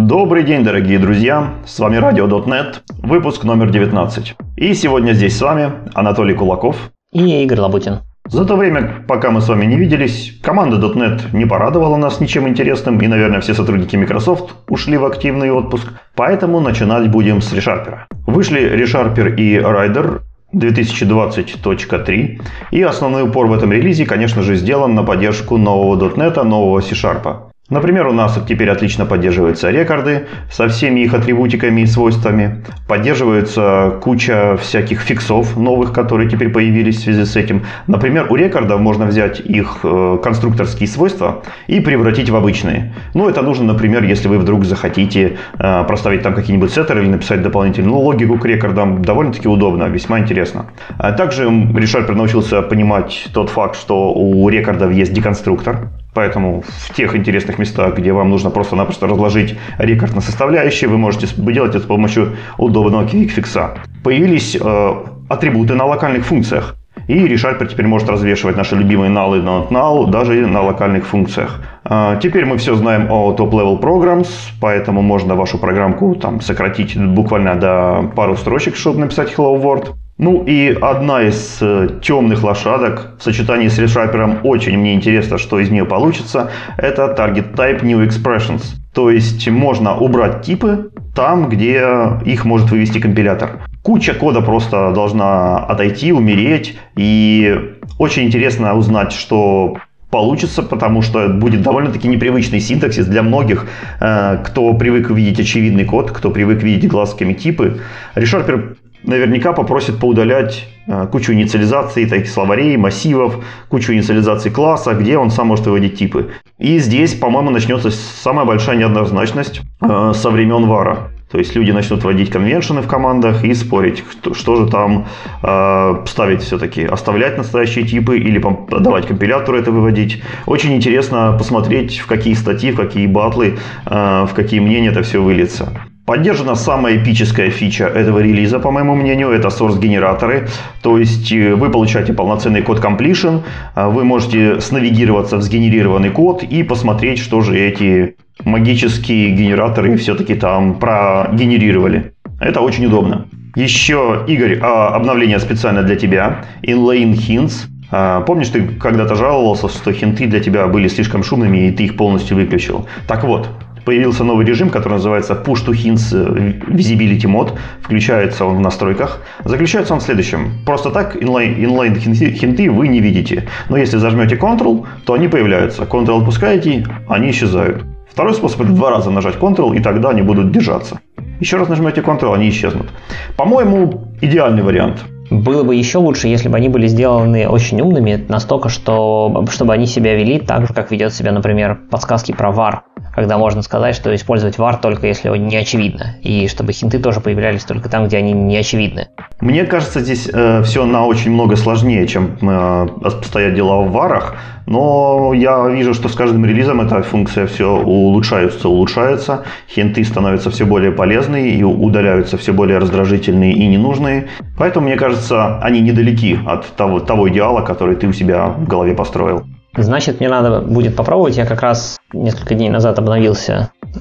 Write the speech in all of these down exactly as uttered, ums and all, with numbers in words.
Добрый день, дорогие друзья, с вами радио точка нет, выпуск номер девятнадцать. И сегодня здесь с вами Анатолий Кулаков и Игорь Лабутин. За то время, пока мы с вами не виделись, команда точка нет не порадовала нас ничем интересным, и, наверное, все сотрудники Microsoft ушли в активный отпуск, поэтому начинать будем с ReSharper. Вышли ReSharper и Rider две тысячи двадцать точка три, и основной упор в этом релизе, конечно же, сделан на поддержку нового точка нет, нового C-Sharp. Например, у нас теперь отлично поддерживаются рекорды со всеми их атрибутиками и свойствами. Поддерживается куча всяких фиксов новых, которые теперь появились в связи с этим. Например, у рекордов можно взять их конструкторские свойства и превратить в обычные. Ну, это нужно, например, если вы вдруг захотите проставить там какие-нибудь сеттеры или написать дополнительную логику к рекордам. Довольно-таки удобно, весьма интересно. Также ReSharper научился понимать тот факт, что у рекордов есть деконструктор. Поэтому в тех интересных местах, где вам нужно просто-напросто разложить рекорд на составляющие, вы можете делать это с помощью удобного квикфикса. Появились э, атрибуты на локальных функциях. И ReSharper теперь может развешивать наши любимые null и not null даже на локальных функциях. Э, теперь мы все знаем о top-level programs, поэтому можно вашу программку там, сократить буквально до пару строчек, чтобы написать Hello World. Ну и одна из э, темных лошадок в сочетании с ReSharper, очень мне интересно, что из нее получится, это Target Type New Expressions. То есть можно убрать типы там, где их может вывести компилятор. Куча кода просто должна отойти, умереть, и очень интересно узнать, что получится, потому что будет довольно-таки непривычный синтаксис для многих, э, кто привык видеть очевидный код, кто привык видеть глазками типы. ReSharper наверняка попросит поудалять э, кучу инициализаций, таких словарей, массивов, кучу инициализаций класса, где он сам может выводить типы. И здесь, по-моему, начнется самая большая неоднозначность э, со времен вара. То есть люди начнут вводить конвеншены в командах и спорить, что, что же там э, ставить все-таки. Оставлять настоящие типы или давать компилятору это выводить. Очень интересно посмотреть, в какие статьи, в какие батлы, э, в какие мнения это все выльется. Поддержана самая эпическая фича этого релиза, по моему мнению, это source-генераторы. То есть вы получаете полноценный код completion, вы можете снавигироваться в сгенерированный код и посмотреть, что же эти магические генераторы все-таки там прогенерировали. Это очень удобно. Еще, Игорь, обновление специально для тебя. Inline hints. Помнишь, ты когда-то жаловался, что хинты для тебя были слишком шумными, и ты их полностью выключил? Так вот. Появился новый режим, который называется Push to Hints Visibility Mode. Включается он в настройках. Заключается он в следующем. Просто так inline, inline хинты вы не видите. Но если зажмете Ctrl, то они появляются. Ctrl отпускаете, они исчезают. Второй способ — это два раза нажать Ctrl, и тогда они будут держаться. Еще раз нажмете Ctrl, они исчезнут. По-моему, идеальный вариант. Было бы еще лучше, если бы они были сделаны очень умными, настолько, что, чтобы они себя вели так же, как ведет себя, например, подсказки про вар, когда можно сказать, что использовать вар только если он не очевидно, и чтобы хинты тоже появлялись только там, где они не очевидны. Мне кажется, здесь э, все на очень много сложнее, чем э, обстоят дела в варах, но я вижу, что с каждым релизом эта функция все улучшается, улучшается, хинты становятся все более полезные и удаляются все более раздражительные и ненужные, поэтому, мне кажется, они недалеки от того, того идеала, который ты у себя в голове построил. Значит, мне надо будет попробовать. Я как раз несколько дней назад обновился э,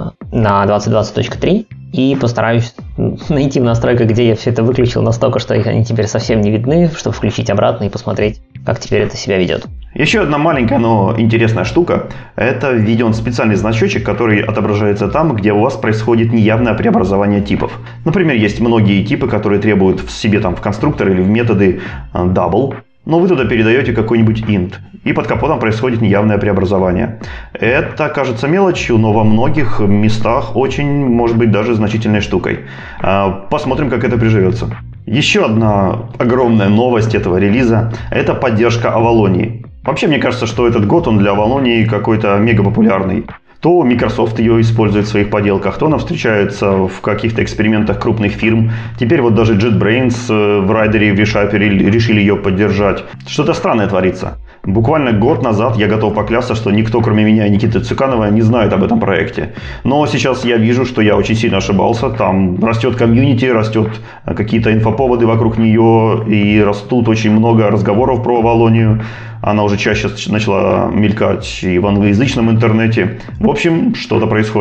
на двадцать двадцать точка три и постараюсь найти в настройках, где я все это выключил настолько, что их они теперь совсем не видны, чтобы включить обратно и посмотреть, как теперь это себя ведет. Еще одна маленькая, но интересная штука. Это введен специальный значочек, который отображается там, где у вас происходит неявное преобразование типов. Например, есть многие типы, которые требуют в себе там в конструктор или в методы double. Но вы туда передаете какой-нибудь int, и под капотом происходит неявное преобразование. Это кажется мелочью, но во многих местах очень, может быть, даже значительной штукой. Посмотрим, как это приживется. Еще одна огромная новость этого релиза – это поддержка Авалонии. Вообще, мне кажется, что этот год он для Авалонии какой-то мега популярный. То Microsoft ее использует в своих поделках, то она встречается в каких-то экспериментах крупных фирм. Теперь вот даже JetBrains в Rider и в ReSharper решили ее поддержать. Что-то странное творится. Буквально год назад я готов поклясться, что никто, кроме меня и Никиты Цуканова, не знает об этом проекте. Но сейчас я вижу, что я очень сильно ошибался. Там растет комьюнити, растет какие-то инфоповоды вокруг нее, и растут очень много разговоров про Авалонию. Она уже чаще начала мелькать и в англоязычном интернете. В общем, что-то происходит.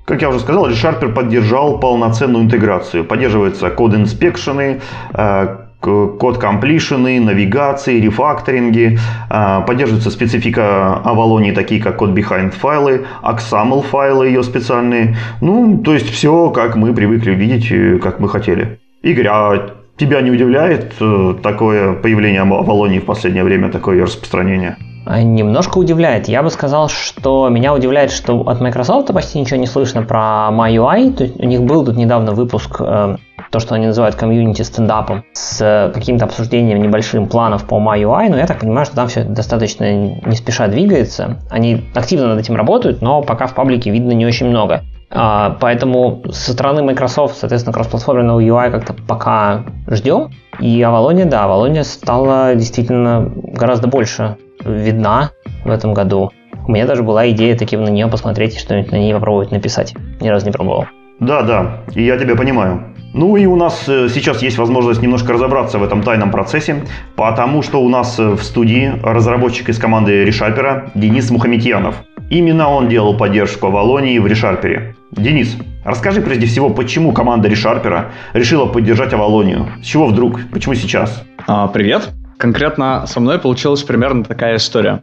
Как я уже сказал, ReSharper поддержал полноценную интеграцию. Поддерживаются код-инспекшены, код-комплишены, навигации, рефакторинги. Поддерживается специфика Avalon, такие как code-behind файлы, Axaml файлы ее специальные. Ну, то есть все, как мы привыкли видеть, как мы хотели. Игорь, а тебя не удивляет такое появление Avalon в последнее время, такое распространение? Немножко удивляет. Я бы сказал, что меня удивляет, что от Microsoft почти ничего не слышно про MyUI. То есть у них был тут недавно выпуск, э, то, что они называют комьюнити стендапом, с каким-то обсуждением небольшим планов по MyUI, но я так понимаю, что там все достаточно не спеша двигается. Они активно над этим работают, но пока в паблике видно не очень много. А, поэтому со стороны Microsoft, соответственно, кроссплатформенного ю ай как-то пока ждем. И Avalon, да, Avalon стала действительно гораздо больше видна в этом году. У меня даже была идея таки на нее посмотреть и что-нибудь на ней попробовать написать. Ни разу не пробовал. Да, да, и я тебя понимаю. Ну и у нас сейчас есть возможность немножко разобраться в этом тайном процессе, потому что у нас в студии разработчик из команды ReSharper Денис Мухаметьянов. Именно он делал поддержку Avalon в ReSharper. Денис, расскажи прежде всего, почему команда ReSharper решила поддержать Avalon? С чего вдруг? Почему сейчас? А, привет. Конкретно со мной получилась примерно такая история.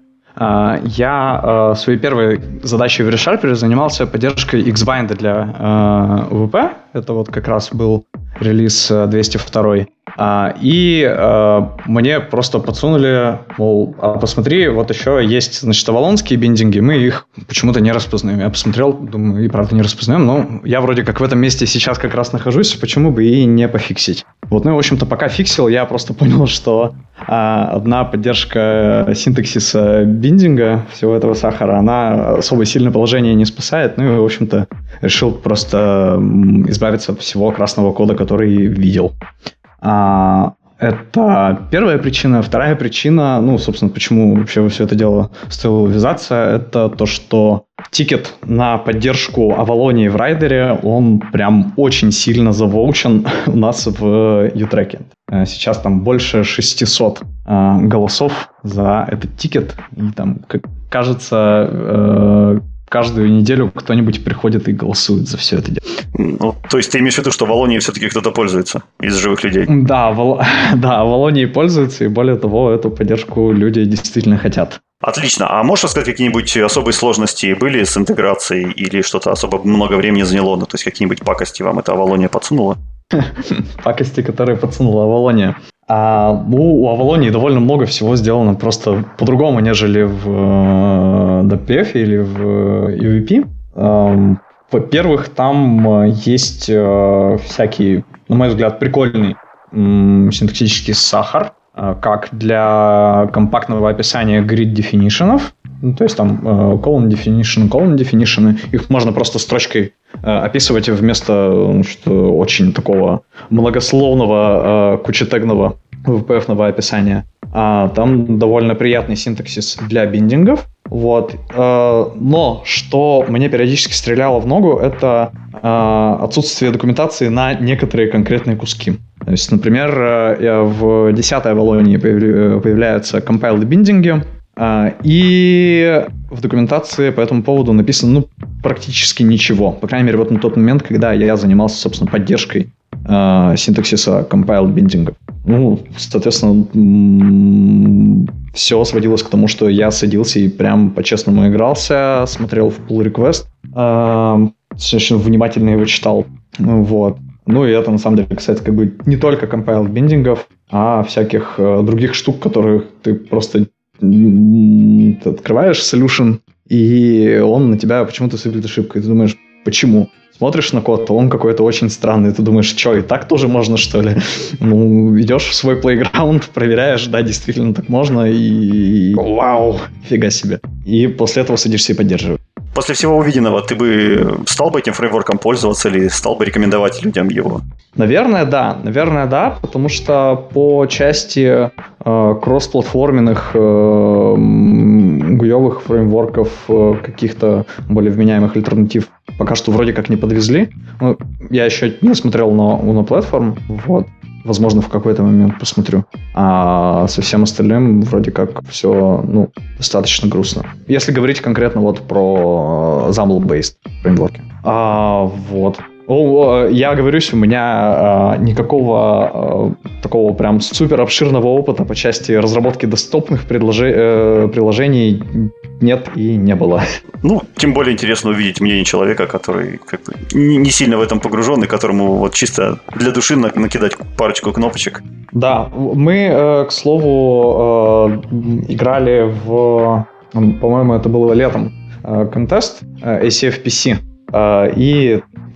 Я своей первой задачей в ReSharper занимался поддержкой Xbind для ви пи. Это вот как раз был релиз двести два. И мне просто подсунули, мол, а посмотри, вот еще есть, значит, авалонские биндинги, мы их почему-то не распознаем. Я посмотрел, думаю, и правда не распознаем, но я вроде как в этом месте сейчас как раз нахожусь, почему бы и не пофиксить. Вот, ну и, в общем-то, пока фиксил, я просто понял, что а, одна поддержка синтаксиса биндинга, всего этого сахара, она особо сильное положение не спасает. Ну и, в общем-то, решил просто избавиться от всего красного кода, который видел. А, это первая причина. Вторая причина, ну, собственно, почему вообще во все это дело стоило ввязаться, это то, что тикет на поддержку Avalon в райдере, он прям очень сильно заволчен у нас в ю-треке. Сейчас там больше шестьсот э, голосов за этот тикет. И там, как кажется, э, каждую неделю кто-нибудь приходит и голосует за все это дело. Ну, то есть ты имеешь в виду, что Avalon все-таки кто-то пользуется из живых людей? Да, вол... да, Avalon пользуется, и более того, эту поддержку люди действительно хотят. Отлично. А можешь рассказать, какие-нибудь особые сложности были с интеграцией или что-то особо много времени заняло? Ну, то есть какие-нибудь пакости вам это Avalon подсунуло? Пакости, которые подсунула Avalon. А, ну, у Avalon довольно много всего сделано просто по-другому, нежели в ди пи эф или в ю ви пи. Во-первых, там есть всякий, на мой взгляд, прикольный синтаксический сахар, как для компактного описания grid definition'ов. Ну, то есть там column definition, column definition. Их можно просто строчкой описывать вместо что, очень такого многословного, кучетегного ви пи эф-ного описания. А там довольно приятный синтаксис для биндингов. Вот. Но что мне периодически стреляло в ногу, это отсутствие документации на некоторые конкретные куски. То есть, например, в десятой Avalon появляются compiled биндинги, и в документации по этому поводу написано ну, практически ничего. По крайней мере, вот на тот момент, когда я занимался, собственно, поддержкой э, синтаксиса compiled биндинга. Ну, соответственно, м- все сводилось к тому, что я садился и прям по-честному игрался, смотрел в pull request, э, очень внимательно его читал. Вот. Ну, и это, на самом деле, касается как бы не только compiled биндингов, а всяких э, других штук, которых ты просто ты открываешь solution, и он на тебя почему-то сыплет ошибкой. Ты думаешь, почему? Смотришь на код, а он какой-то очень странный. Ты думаешь, что, и так тоже можно, что ли? Ну, идешь в свой playground, проверяешь, да, действительно так можно, и вау, фига себе. И после этого садишься и поддерживаешь. После всего увиденного ты бы стал бы этим фреймворком пользоваться или стал бы рекомендовать людям его? Наверное, да. Наверное, да, потому что по части э, кроссплатформенных э, гуевых фреймворков, э, каких-то более вменяемых альтернатив пока что вроде как не подвезли. Ну, я еще не смотрел на Uno Platform, вот. возможно, в какой-то момент посмотрю. А со всем остальным вроде как все, ну, достаточно грустно. Если говорить конкретно вот про XAML-based фреймворки. А, вот. О, я оговорюсь, у меня а, никакого а, такого прям супер обширного опыта по части разработки десктопных предложи- э, приложений нет и не было. Ну, тем более интересно увидеть мнение человека, который как бы не, не сильно в этом погружен, и которому вот чисто для души накидать парочку кнопочек. Да, мы, э, к слову, э, играли в, по-моему, это было летом, э, контест э, эй си эф пи си. И,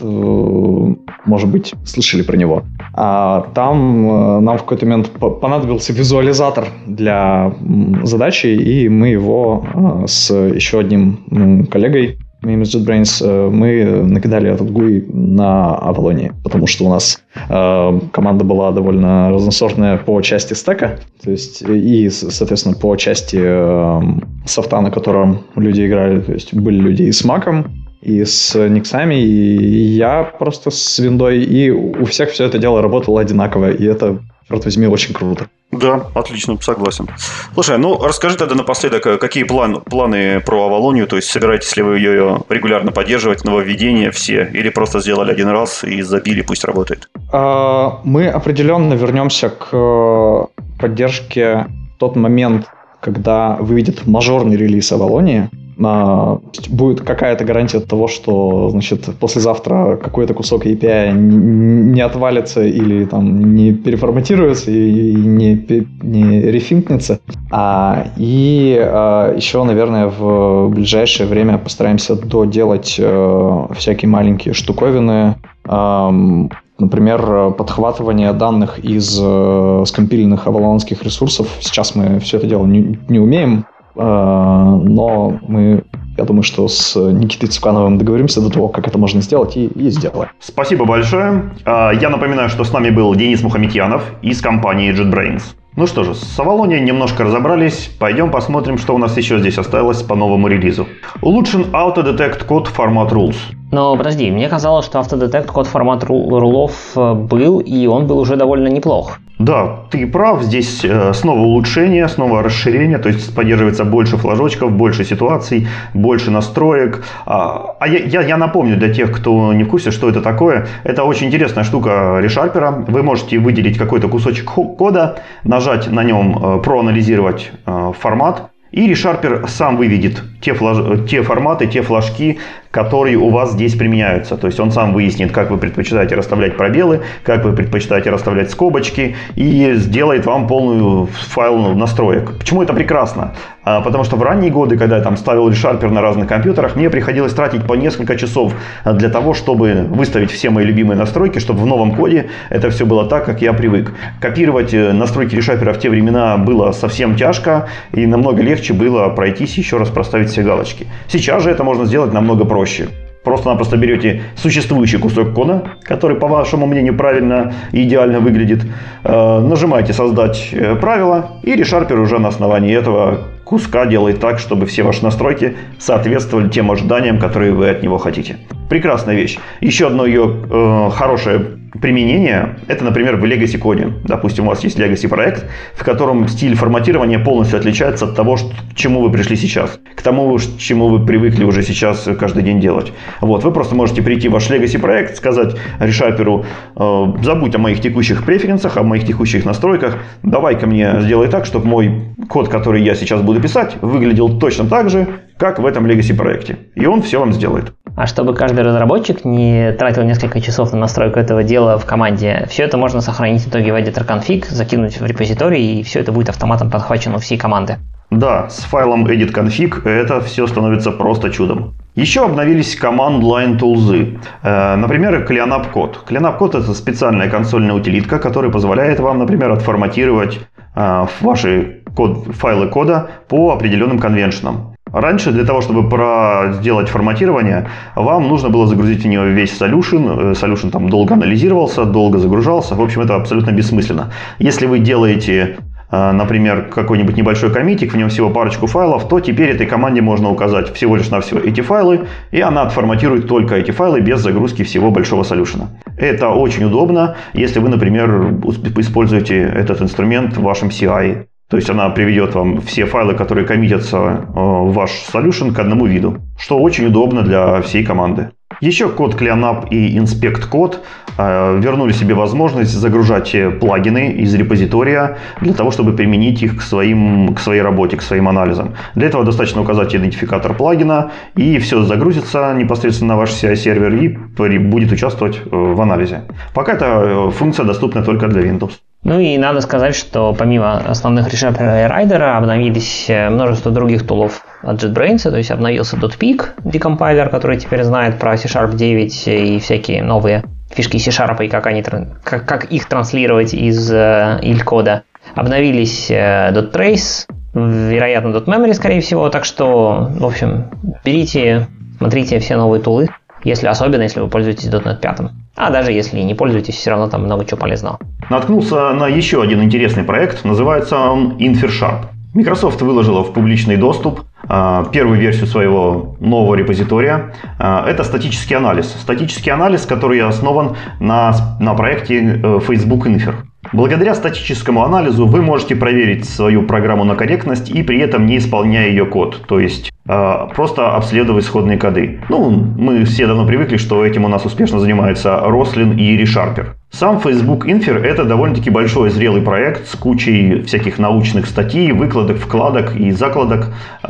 может быть, слышали про него. А там нам в какой-то момент понадобился визуализатор для задачи, и мы его с еще одним коллегой из JetBrains мы накидали этот гуи на Avalon, потому что у нас команда была довольно разносортная по части стека, то есть и, соответственно, по части софта, на котором люди играли, то есть были люди и с Mac'ом, и с Никсами, и я просто с виндой, и у всех все это дело работало одинаково, и это, черт возьми, очень круто. Да, отлично, согласен. Слушай, ну расскажи тогда напоследок, какие план, планы про Авалонию, то есть собираетесь ли вы ее регулярно поддерживать, нововведения все, или просто сделали один раз и забили, пусть работает? Мы определенно вернемся к поддержке в тот момент, когда выйдет мажорный релиз Авалонии. А, будет какая-то гарантия того, что, значит, послезавтра какой-то кусок эй пи ай не отвалится или там не переформатируется и не, не рефинкнется. А, и а, еще, наверное, в ближайшее время постараемся доделать а, всякие маленькие штуковины. А, например, подхватывание данных из а, скомпиленных авалонских ресурсов. Сейчас мы все это дело не, не умеем. Но мы, я думаю, что с Никитой Цукановым договоримся до того, как это можно сделать, и, и сделаем. Спасибо большое. Я напоминаю, что с нами был Денис Мухаметьянов из компании JetBrains. Ну что же, с Авалонией немножко разобрались. Пойдем посмотрим, что у нас еще здесь осталось по новому релизу. Улучшен Autodetect код формат rules. Но подожди, мне казалось, что Autodetect код формат рулов был, и он был уже довольно неплох. Да, ты прав, здесь э, снова улучшение, снова расширение, то есть поддерживается больше флажочков, больше ситуаций, больше настроек. А, а я, я, я напомню для тех, кто не в курсе, что это такое. Это очень интересная штука ReSharper. Вы можете выделить какой-то кусочек кода, нажать на нем, э, проанализировать э, формат, и ReSharper сам выведет те, флаж... те форматы, те флажки, которые у вас здесь применяются. То есть он сам выяснит, как вы предпочитаете расставлять пробелы, как вы предпочитаете расставлять скобочки, и сделает вам полную файл настроек. Почему это прекрасно? А, потому что в ранние годы, когда я там ставил ReSharper на разных компьютерах, мне приходилось тратить по несколько часов для того, чтобы выставить все мои любимые настройки, чтобы в новом коде это все было так, как я привык. Копировать настройки ReSharper в те времена было совсем тяжко, и намного легче было пройтись и еще раз проставить все галочки. Сейчас же это можно сделать намного проще. Просто-напросто берете существующий кусок кода, который, по вашему мнению, правильно и идеально выглядит, нажимаете «Создать правила», и ReSharper уже на основании этого куска делает так, чтобы все ваши настройки соответствовали тем ожиданиям, которые вы от него хотите. Прекрасная вещь. Еще одно ее э, хорошее применение – это, например, в Legacy коде. Допустим, у вас есть Legacy проект, в котором стиль форматирования полностью отличается от того, что, к чему вы пришли сейчас, к тому, к чему вы привыкли уже сейчас каждый день делать. Вот, вы просто можете прийти в ваш Legacy проект, сказать ReSharper: э, забудь о моих текущих преференсах, о моих текущих настройках, давай-ка мне сделай так, чтобы мой код, который я сейчас буду писать, выглядел точно так же, как в этом Legacy проекте. И он все вам сделает. А чтобы каждый разработчик не тратил несколько часов на настройку этого дела в команде, все это можно сохранить в итоге в editor config, закинуть в репозиторий, и все это будет автоматом подхвачено у всей команды. Да, с файлом edit config это все становится просто чудом. Еще обновились command line тулзы. Например, cleanup код. Cleanup код — это специальная консольная утилитка, которая позволяет вам, например, отформатировать ваши код, файлы кода по определенным конвеншенам. Раньше для того, чтобы про... сделать форматирование, вам нужно было загрузить в него весь solution. Solution там долго анализировался, долго загружался. В общем, это абсолютно бессмысленно. Если вы делаете например, какой-нибудь небольшой коммитик, в нем всего парочку файлов, то теперь этой команде можно указать всего лишь навсего эти файлы, и она отформатирует только эти файлы без загрузки всего большого солюшена. Это очень удобно, если вы, например, используете этот инструмент в вашем си ай. То есть она приведет вам все файлы, которые коммитятся в ваш solution к одному виду, что очень удобно для всей команды. Еще код CleanUp и InspectCode э, вернули себе возможность загружать плагины из репозитория для того, чтобы применить их к, своим, к своей работе, к своим анализам. Для этого достаточно указать идентификатор плагина, и все загрузится непосредственно на ваш си ай-сервер и будет участвовать в анализе. Пока эта функция доступна только для Windows. Ну и надо сказать, что помимо основных ReSharper и Rider обновились множество других тулов от JetBrains, то есть обновился .peak, декомпайлер, который теперь знает про си шарп девять и всякие новые фишки C-Sharp и как, они, как, как их транслировать из э, ил-кода. Обновились э, .trace, вероятно .memory, скорее всего, так что, в общем, берите, смотрите все новые тулы, если, особенно если вы пользуетесь .дот нет пять. А даже если не пользуетесь, все равно там много чего полезного. Наткнулся на еще один интересный проект, называется он InferSharp. Microsoft выложила в публичный доступ э, первую версию своего нового репозитория. Э, это статический анализ. Статический анализ, который основан на, на проекте э, Facebook Infer. Благодаря статическому анализу вы можете проверить свою программу на корректность и при этом не исполняя ее код. То есть э, просто обследовать исходные коды. Ну, мы все давно привыкли, что этим у нас успешно занимаются Roslyn и ReSharper. Сам Facebook Infer — это довольно-таки большой зрелый проект с кучей всяких научных статей, выкладок, вкладок и закладок.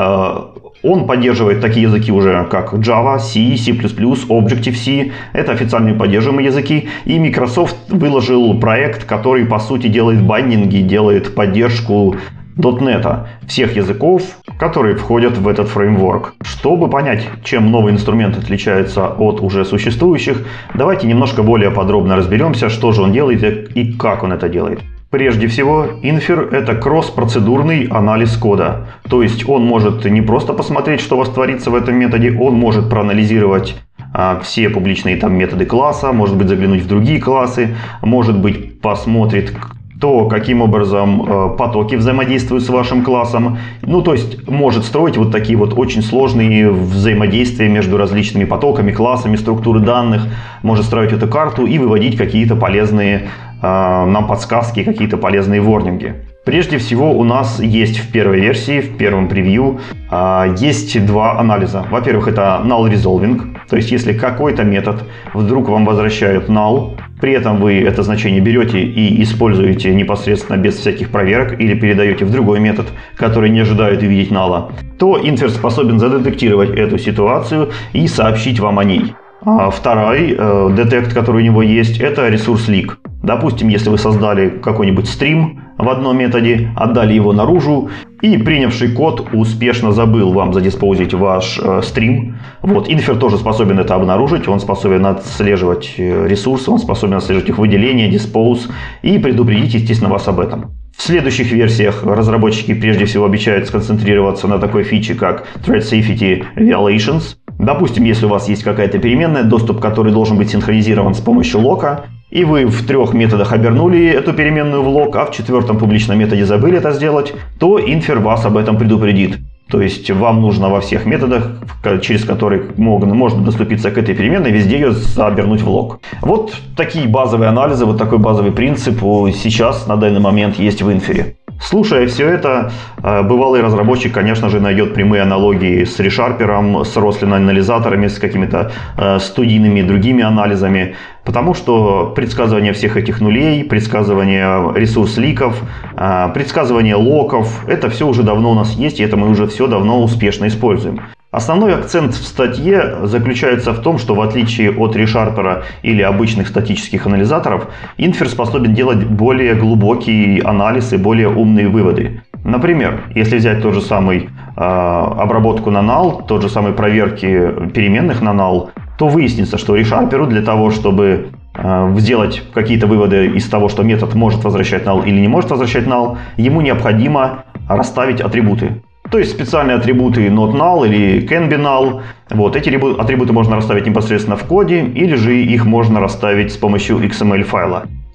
Он поддерживает такие языки уже, как Java, C, C++, Objective-C. Это официальные поддерживаемые языки. И Microsoft выложил проект, который, по сути, делает байдинги, делает поддержку .дот нет, всех языков, которые входят в этот фреймворк. Чтобы понять, чем новый инструмент отличается от уже существующих, давайте немножко более подробно разберемся, что же он делает и как он это делает. Прежде всего, Infer — это кросс-процедурный анализ кода. То есть он может не просто посмотреть, что у вас творится в этом методе, он может проанализировать а, все публичные там методы класса, может быть заглянуть в другие классы, может быть посмотрит то, каким образом э, потоки взаимодействуют с вашим классом. Ну, то есть может строить вот такие вот очень сложные взаимодействия между различными потоками, классами, структуры данных, может строить эту карту и выводить какие-то полезные э, нам подсказки, какие-то полезные ворнинги. Прежде всего у нас есть в первой версии, в первом превью, э, есть два анализа. Во-первых, это null resolving, то есть если какой-то метод вдруг вам возвращает null, при этом вы это значение берете и используете непосредственно без всяких проверок или передаете в другой метод, который не ожидает увидеть null, то Infer способен задетектировать эту ситуацию и сообщить вам о ней. А второй э, детект, который у него есть, это ресурс leak. Допустим, если вы создали какой-нибудь стрим в одном методе, отдали его наружу, и принявший код успешно забыл вам задиспоузить ваш э, стрим. Вот, Infer тоже способен это обнаружить, он способен отслеживать ресурсы, он способен отслеживать их выделение, диспоуз и предупредить, естественно, вас об этом. В следующих версиях разработчики прежде всего обещают сконцентрироваться на такой фиче, как Thread Safety Violations. Допустим, если у вас есть какая-то переменная, доступ к которой должен быть синхронизирован с помощью лока, и вы в трех методах обернули эту переменную в лок, а в четвертом публичном методе забыли это сделать, то Infer вас об этом предупредит. То есть вам нужно во всех методах, через которые можно доступиться к этой переменной, везде ее обернуть в лог. Вот такие базовые анализы, вот такой базовый принцип сейчас на данный момент есть в Infer. Слушая все это, бывалый разработчик, конечно же, найдет прямые аналогии с ReSharper, с Roslyn-анализаторами, с какими-то студийными другими анализами, потому что предсказывание всех этих нулей, предсказывание ресурс-ликов, предсказывание локов, это все уже давно у нас есть, и это мы уже все давно успешно используем. Основной акцент в статье заключается в том, что в отличие от ReSharper или обычных статических анализаторов, Infer способен делать более глубокий анализ и более умные выводы. Например, если взять тот же самый э, обработку на null, тот же самый проверки переменных на null, то выяснится, что ReSharper для того, чтобы э, сделать какие-то выводы из того, что метод может возвращать null или не может возвращать null, ему необходимо расставить атрибуты. То есть специальные атрибуты notNull или canBeNull. Вот, эти атрибуты можно расставить непосредственно в коде, или же их можно расставить с помощью икс эм эль файла.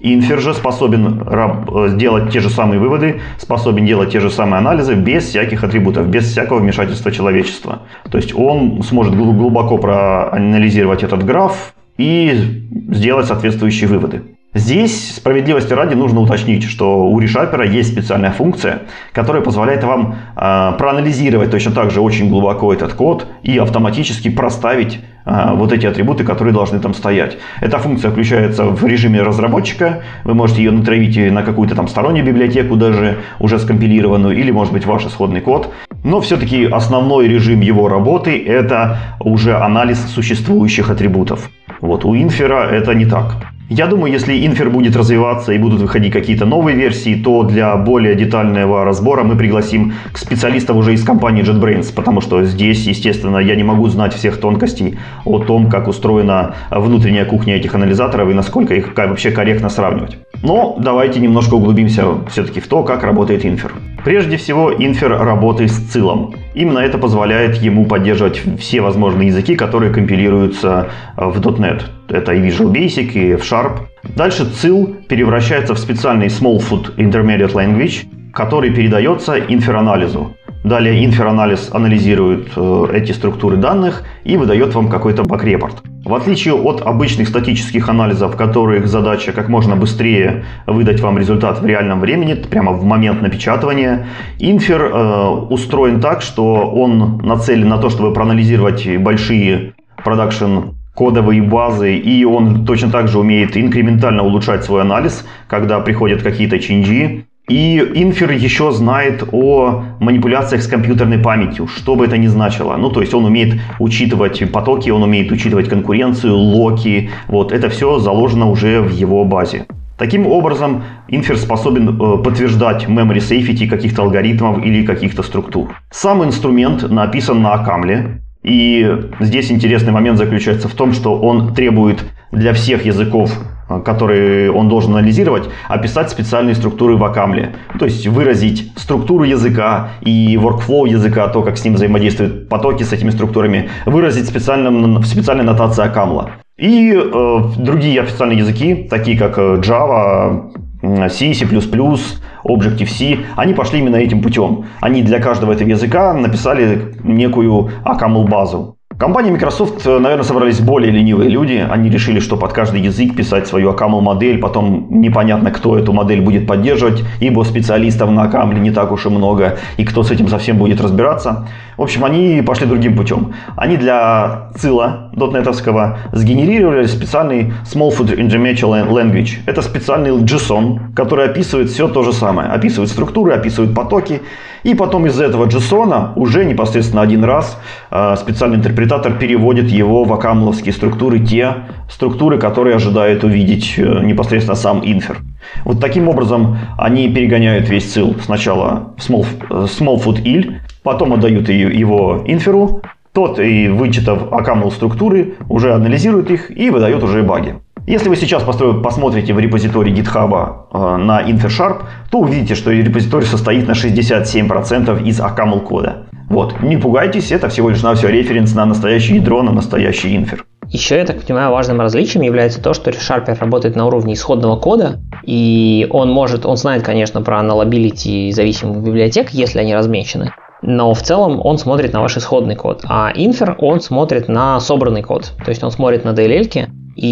Инфер же способен делать те же самые выводы, способен делать те же самые анализы без всяких атрибутов, без всякого вмешательства человечества. То есть он сможет глубоко проанализировать этот граф и сделать соответствующие выводы. Здесь, справедливости ради, нужно уточнить, что у ReSharper есть специальная функция, которая позволяет вам э, проанализировать точно так же очень глубоко этот код и автоматически проставить э, вот эти атрибуты, которые должны там стоять. Эта функция включается в режиме разработчика, вы можете ее натравить на какую-то там стороннюю библиотеку, даже уже скомпилированную, или может быть ваш исходный код. Но все-таки основной режим его работы – это уже анализ существующих атрибутов. Вот у Инфера это не так. Я думаю, если Инфер будет развиваться и будут выходить какие-то новые версии, то для более детального разбора мы пригласим к специалистам уже из компании JetBrains, потому что здесь, естественно, я не могу знать всех тонкостей о том, как устроена внутренняя кухня этих анализаторов и насколько их вообще корректно сравнивать. Но давайте немножко углубимся все-таки в то, как работает Инфер. Прежде всего, Инфер работает с цилом. Именно это позволяет ему поддерживать все возможные языки, которые компилируются в .дот нет. Это и Visual Basic, и F-Sharp. Дальше цил превращается в специальный Smallfoot Intermediate Language, который передается инфер-анализу. Далее инфер-анализ анализирует э, эти структуры данных и выдает вам какой-то бак-репорт. В отличие от обычных статических анализов, в которых задача как можно быстрее выдать вам результат в реальном времени, прямо в момент напечатывания, инфер э, устроен так, что он нацелен на то, чтобы проанализировать большие продакшн кодовые базы, и он точно так же умеет инкрементально улучшать свой анализ, когда приходят какие-то ченджи. И Инфер еще знает о манипуляциях с компьютерной памятью, что бы это ни значило. Ну, то есть он умеет учитывать потоки, он умеет учитывать конкуренцию, локи. Вот это все заложено уже в его базе. Таким образом, Инфер способен э, подтверждать memory safety каких-то алгоритмов или каких-то структур. Сам инструмент написан на Акамле. И здесь интересный момент заключается в том, что он требует для всех языков, которые он должен анализировать, описать специальные структуры в Акамле. То есть выразить структуру языка и workflow языка, то, как с ним взаимодействуют потоки с этими структурами, выразить специально, в специальной нотации Акамла. И э, другие официальные языки, такие как Java, C, C++, Objective-C, они пошли именно этим путем. Они для каждого этого языка написали некую Акамл-базу. Компания Microsoft, наверное, собрались более ленивые люди. Они решили, что под каждый язык писать свою Акамл-модель. Потом непонятно, кто эту модель будет поддерживать, ибо специалистов на Акамле не так уж и много, и кто с этим совсем будет разбираться. В общем, они пошли другим путем. Они для цила дотнетовского сгенерировали специальный Smallfoot Intermediate Language. Это специальный JSON, который описывает все то же самое. Описывает структуры, описывает потоки. И потом из этого JSON уже непосредственно один раз э, специальный интерпретатор переводит его в акамловские структуры, те структуры, которые ожидает увидеть э, непосредственно сам инфер. Вот таким образом они перегоняют весь цил сначала в small, Smallfoot ил, потом отдают его инферу, тот, и вычитав акамл структуры, уже анализирует их и выдает уже баги. Если вы сейчас посмотрите в репозитории GitHub э, на InferSharp, то увидите, что репозиторий состоит на шестьдесят семь процентов из акамл кода. Вот, не пугайтесь, это всего лишь навсего референс на настоящее ядро, на настоящий инфер. Еще, я так понимаю, важным различием является то, что ReSharper работает на уровне исходного кода, и он может, он знает, конечно, про nullability зависимых библиотек, если они размечены, но в целом он смотрит на ваш исходный код, а Infer, он смотрит на собранный код, то есть он смотрит на ди эл эл-ки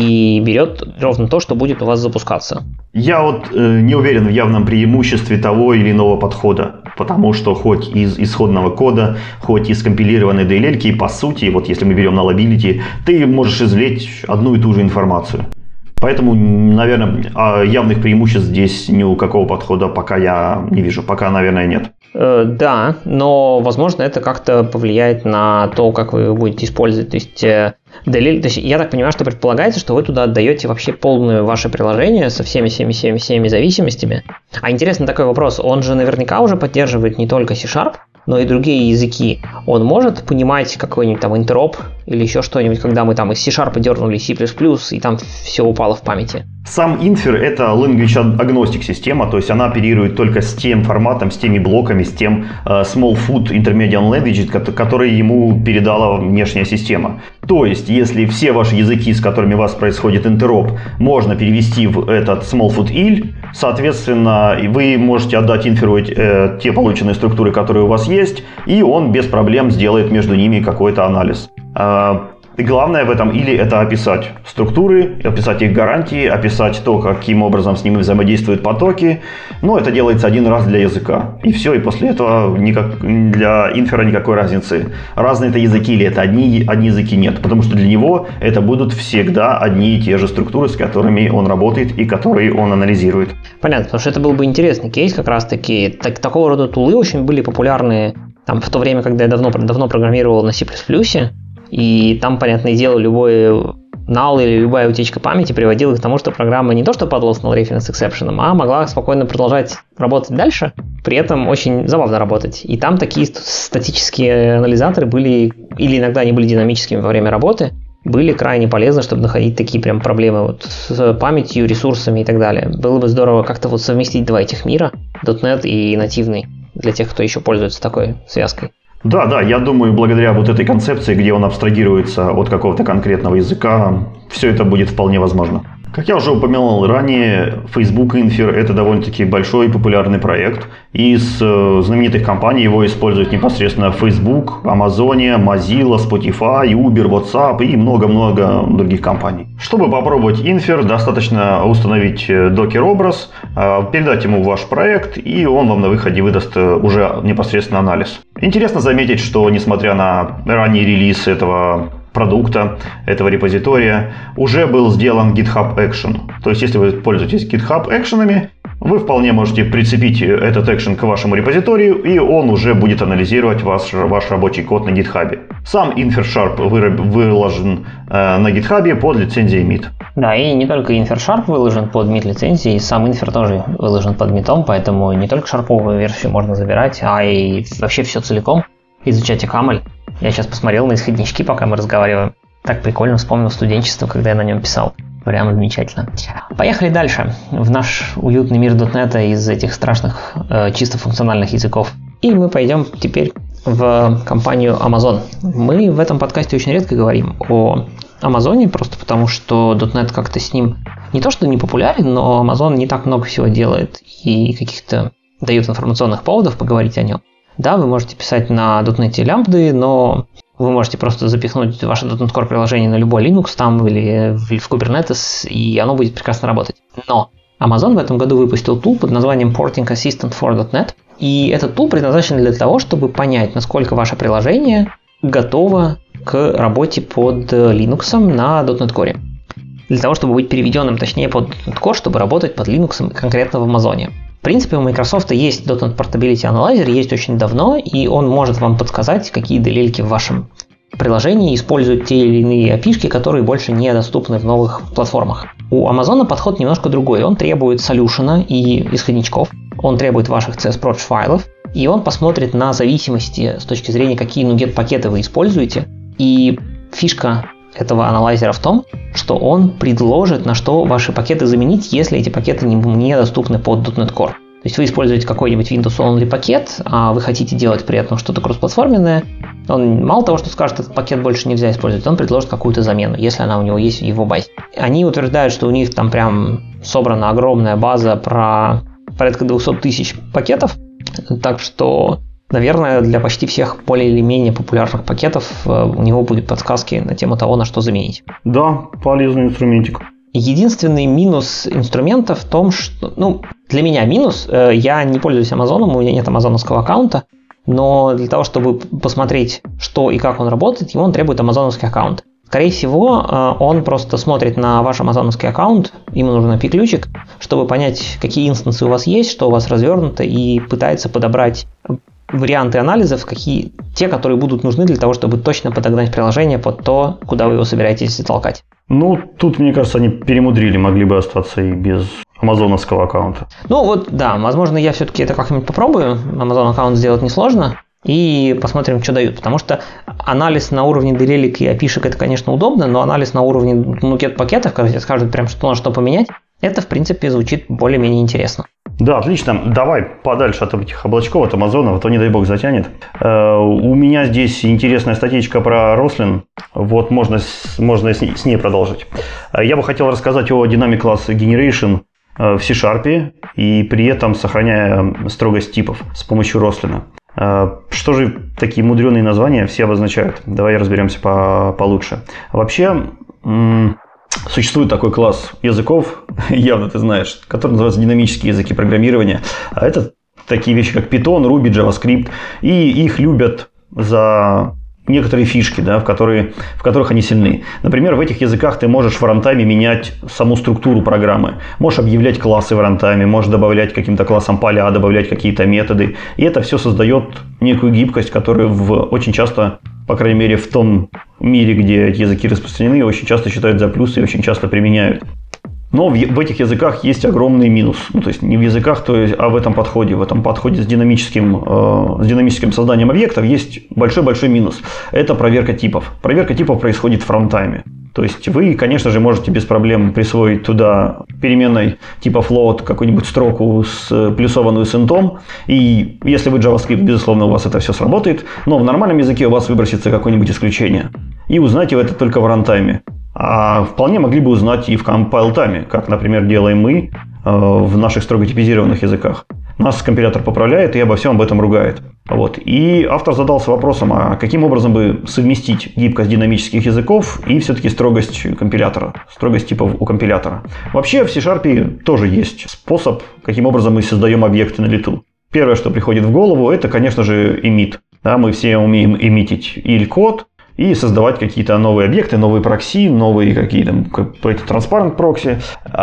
и берет ровно то, что будет у вас запускаться. Я вот э, не уверен в явном преимуществе того или иного подхода, потому что хоть из исходного кода, хоть из компилированной ди эл эл-ки, по сути, вот если мы берем nullability, ты можешь извлечь одну и ту же информацию. Поэтому, наверное, явных преимуществ здесь ни у какого подхода пока я не вижу, пока, наверное, нет. Э, да, но, возможно, это как-то повлияет на то, как вы будете использовать. То есть, э, ди эл эл, то есть я так понимаю, что предполагается, что вы туда отдаете вообще полное ваше приложение со всеми-всеми-всеми зависимостями. А интересный такой вопрос, он же наверняка уже поддерживает не только C-Sharp, но и другие языки. Он может понимать какой-нибудь там интероп или еще что-нибудь, когда мы там из C-Sharp дернули C++, и там все упало в памяти? Сам Infer — это language agnostic система, то есть она оперирует только с тем форматом, с теми блоками, с тем uh, Smallfoot Intermediate Language, который ему передала внешняя система. То есть, если все ваши языки, с которыми у вас происходит интероп, можно перевести в этот Smallfoot ай эл ай, соответственно, вы можете отдать инферу э, те полученные структуры, которые у вас есть, и он без проблем сделает между ними какой-то анализ. И главное в этом или это описать структуры, описать их гарантии, описать то, каким образом с ними взаимодействуют потоки. Но это делается один раз для языка. И все, и после этого никак, для инфера никакой разницы. Разные это языки или это одни, одни языки нет. Потому что для него это будут всегда одни и те же структуры, с которыми он работает и которые он анализирует. Понятно, потому что это был бы интересный кейс как раз-таки. Так, такого рода тулы очень были популярны там, в то время, когда я давно, давно программировал на C++. И там, понятное дело, любой null или любая утечка памяти приводила к тому, что программа не то что падала с null reference exception, а могла спокойно продолжать работать дальше, при этом очень забавно работать. И там такие статические анализаторы были, или иногда они были динамическими во время работы, были крайне полезны, чтобы находить такие прям проблемы вот с памятью, ресурсами и так далее. Было бы здорово как-то вот совместить два этих мира, .дот нет и нативный, для тех, кто еще пользуется такой связкой. Да, да, я думаю, благодаря вот этой концепции, где он абстрагируется от какого-то конкретного языка, все это будет вполне возможно. Как я уже упомянул ранее, Facebook Infer – это довольно-таки большой и популярный проект. Из знаменитых компаний его используют непосредственно Facebook, Amazon, Mozilla, Spotify, Uber, WhatsApp и много-много других компаний. Чтобы попробовать Infer, достаточно установить Docker-образ, передать ему ваш проект, и он вам на выходе выдаст уже непосредственно анализ. Интересно заметить, что несмотря на ранний релиз этого продукта, этого репозитория, уже был сделан GitHub Action. То есть, если вы пользуетесь GitHub Action'ами, вы вполне можете прицепить этот экшен к вашему репозиторию, и он уже будет анализировать ваш, ваш рабочий код на GitHub. Сам InferSharp выложен э, на GitHub под лицензией эм ай ти. Да, и не только InferSharp выложен под эм ай ти-лицензией, сам Infer тоже выложен под эм ай ти, поэтому не только шарповую версию можно забирать, а и вообще все целиком. Изучать икамль. Я сейчас посмотрел на исходнички, пока мы разговариваем. Так прикольно, вспомнил студенчество, когда я на нем писал. Прямо замечательно. Поехали дальше в наш уютный мир .дот нет из этих страшных э, чисто функциональных языков. И мы пойдем теперь в компанию Amazon. Мы в этом подкасте очень редко говорим о Амазоне, просто потому что .дот нет как-то с ним не то что не популярен, но Amazon не так много всего делает и каких-то дает информационных поводов поговорить о нем. Да, вы можете писать на .дот нет лямбды, но вы можете просто запихнуть ваше .дот нет Core приложение на любой Linux там или в Kubernetes, и оно будет прекрасно работать. Но Amazon в этом году выпустил тул под названием Porting Assistant for .дот нет, и этот тул предназначен для того, чтобы понять, насколько ваше приложение готово к работе под Linux на .дот нет Core. Для того, чтобы быть переведенным, точнее, под .дот нет Core, чтобы работать под Linux конкретно в Amazon. В принципе, у Microsoft есть .дот нет Portability Analyzer, есть очень давно, и он может вам подсказать, какие делельки в вашем приложении используют те или иные эй пи ай-шки, которые больше не доступны в новых платформах. У Amazon подход немножко другой. Он требует солюшена и исходничков, он требует ваших си эс Proj файлов, и он посмотрит на зависимости с точки зрения, какие нугет пакеты вы используете. И фишка этого аналайзера в том, что он предложит, на что ваши пакеты заменить, если эти пакеты не, не доступны под .дот нет Core. То есть вы используете какой-нибудь Windows-only пакет, а вы хотите делать при этом что-то кроссплатформенное, он мало того, что скажет, этот пакет больше нельзя использовать, он предложит какую-то замену, если она у него есть в его базе. Они утверждают, что у них там прям собрана огромная база про порядка двести тысяч пакетов, так что, наверное, для почти всех более или менее популярных пакетов у него будут подсказки на тему того, на что заменить. Да, полезный инструментик. Единственный минус инструмента в том, что... Ну, для меня минус. Я не пользуюсь Амазоном, у меня нет амазоновского аккаунта, но для того, чтобы посмотреть, что и как он работает, ему он требует амазоновский аккаунт. Скорее всего, он просто смотрит на ваш амазоновский аккаунт, ему нужен эй пи ай-ключик, чтобы понять, какие инстансы у вас есть, что у вас развернуто, и пытается подобрать варианты анализов, какие, те, которые будут нужны для того, чтобы точно подогнать приложение под то, куда вы его собираетесь затолкать. Ну, тут, мне кажется, они перемудрили, могли бы остаться и без амазоновского аккаунта. Ну вот, да, возможно, я все-таки это как-нибудь попробую. Amazon аккаунт сделать несложно. И посмотрим, что дают. Потому что анализ на уровне делелик и эй пи ай-шек это, конечно, удобно, но анализ на уровне нугет пакетов, когда тебе скажут прям, что на что поменять, это, в принципе, звучит более-менее интересно. Да, отлично. Давай подальше от этих облачков, от Амазона, а то, не дай бог, затянет. У меня здесь интересная статейка про Roslyn. Вот можно, можно с ней продолжить. Я бы хотел рассказать о Dynamic Class Generation в C-Sharp и при этом сохраняя строгость типов с помощью Roslyn. Что же такие мудреные названия все обозначают? Давай разберемся по, получше. Вообще, существует такой класс языков, явно ты знаешь, который называется динамические языки программирования. А это такие вещи, как Python, Ruby, JavaScript. И их любят за некоторые фишки, да, в, которые, в которых они сильны. Например, в этих языках ты можешь в рантайме менять саму структуру программы. Можешь объявлять классы в рантайме, можешь добавлять каким-то классам поля, добавлять какие-то методы. И это все создает некую гибкость, которую в, очень часто, по крайней мере, в том мире, где эти языки распространены, очень часто считают за плюс и очень часто применяют. Но в, в этих языках есть огромный минус. Ну, то есть не в языках, то есть, а в этом подходе. В этом подходе с динамическим, э, с динамическим созданием объектов есть большой-большой минус. Это проверка типов. Проверка типов происходит в фронтайме. То есть вы, конечно же, можете без проблем присвоить туда переменной типа float какую-нибудь строку с, плюсованную с интом. И если вы JavaScript, безусловно, у вас это все сработает. Но в нормальном языке у вас выбросится какое-нибудь исключение. И узнаете вы это только в рантайме. А вполне могли бы узнать и в compile-тайме, как, например, делаем мы э, в наших строго типизированных языках. Нас компилятор поправляет и обо всем об этом ругает. Вот. И автор задался вопросом, а каким образом бы совместить гибкость динамических языков и все-таки строгость компилятора, строгость типов у компилятора. Вообще в C-Sharp тоже есть способ, каким образом мы создаем объекты на лету. Первое, что приходит в голову, это, конечно же, emit. Да, мы все умеем эмитить иль-код и создавать какие-то новые объекты, новые прокси, новые какие-то транспарант прокси.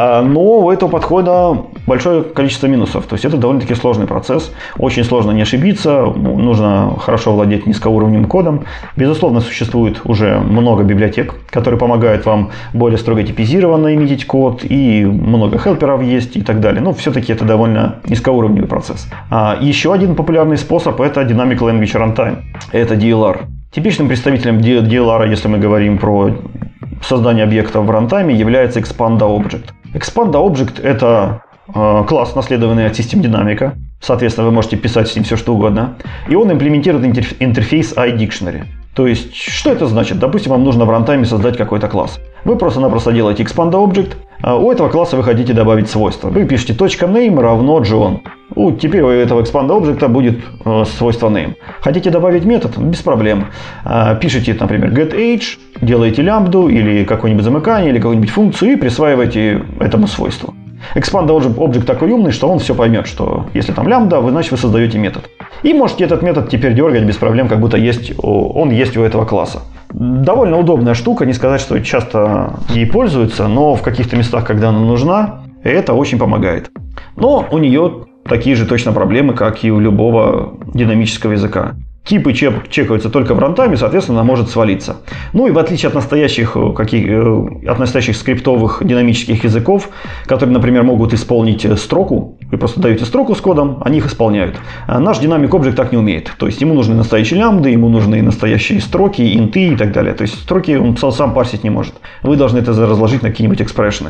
Но у этого подхода большое количество минусов. То есть это довольно-таки сложный процесс. Очень сложно не ошибиться. Нужно хорошо владеть низкоуровневым кодом. Безусловно, существует уже много библиотек, которые помогают вам более строго типизированно эмитить код. И много хелперов есть и так далее. Но все-таки это довольно низкоуровневый процесс. А еще один популярный способ – это Dynamic Language Runtime. Это ди эл ар. Типичным представителем ди эл ар, если мы говорим про создание объектов в рантайме, является Expanda Object. Expanda Object – это э, класс, наследованный от System Dynamic. Соответственно, вы можете писать с ним все, что угодно. И он имплементирует интерфейс iDictionary. То есть, что это значит? Допустим, вам нужно в рантайме создать какой-то класс. Вы просто-напросто делаете Expanda Object. У этого класса вы хотите добавить свойства. Вы пишете .name равно John. Ну, теперь у этого Expanda Object будет э, свойство name. Хотите добавить метод? Без проблем. Э, пишите, например, getAge, делаете лямбду или какое-нибудь замыкание, или какую-нибудь функцию и присваиваете этому свойству. Expanda Object такой умный, что он все поймет, что если там лямбда, вы, значит, вы создаете метод. И можете этот метод теперь дергать без проблем, как будто есть, он есть у этого класса. Довольно удобная штука, не сказать, что часто ей пользуются, но в каких-то местах, когда она нужна, это очень помогает. Но у нее такие же точно проблемы, как и у любого динамического языка. Типы чек, чекаются только в рантайме, соответственно, она может свалиться. Ну и в отличие от настоящих, каких, от настоящих скриптовых динамических языков, которые, например, могут исполнить строку, вы просто даете строку с кодом, они их исполняют. А наш Dynamic Object так не умеет. То есть ему нужны настоящие лямбды, ему нужны настоящие строки, инты и так далее. То есть строки он сам парсить не может. Вы должны это разложить на какие-нибудь экспрессионы.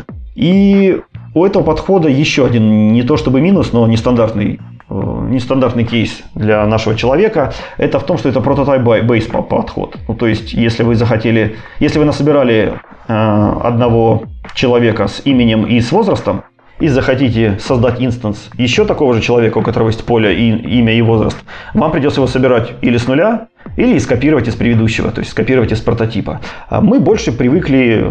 И у этого подхода еще один, не то чтобы минус, но нестандартный нестандартный кейс для нашего человека, это в том, что это прототайп-бейс подход. Ну, то есть, если вы захотели, если вы насобирали э, одного человека с именем и с возрастом, и захотите создать инстанс еще такого же человека, у которого есть поле, и, имя и возраст, вам придется его собирать или с нуля, или скопировать из предыдущего, то есть скопировать из прототипа. Мы больше привыкли,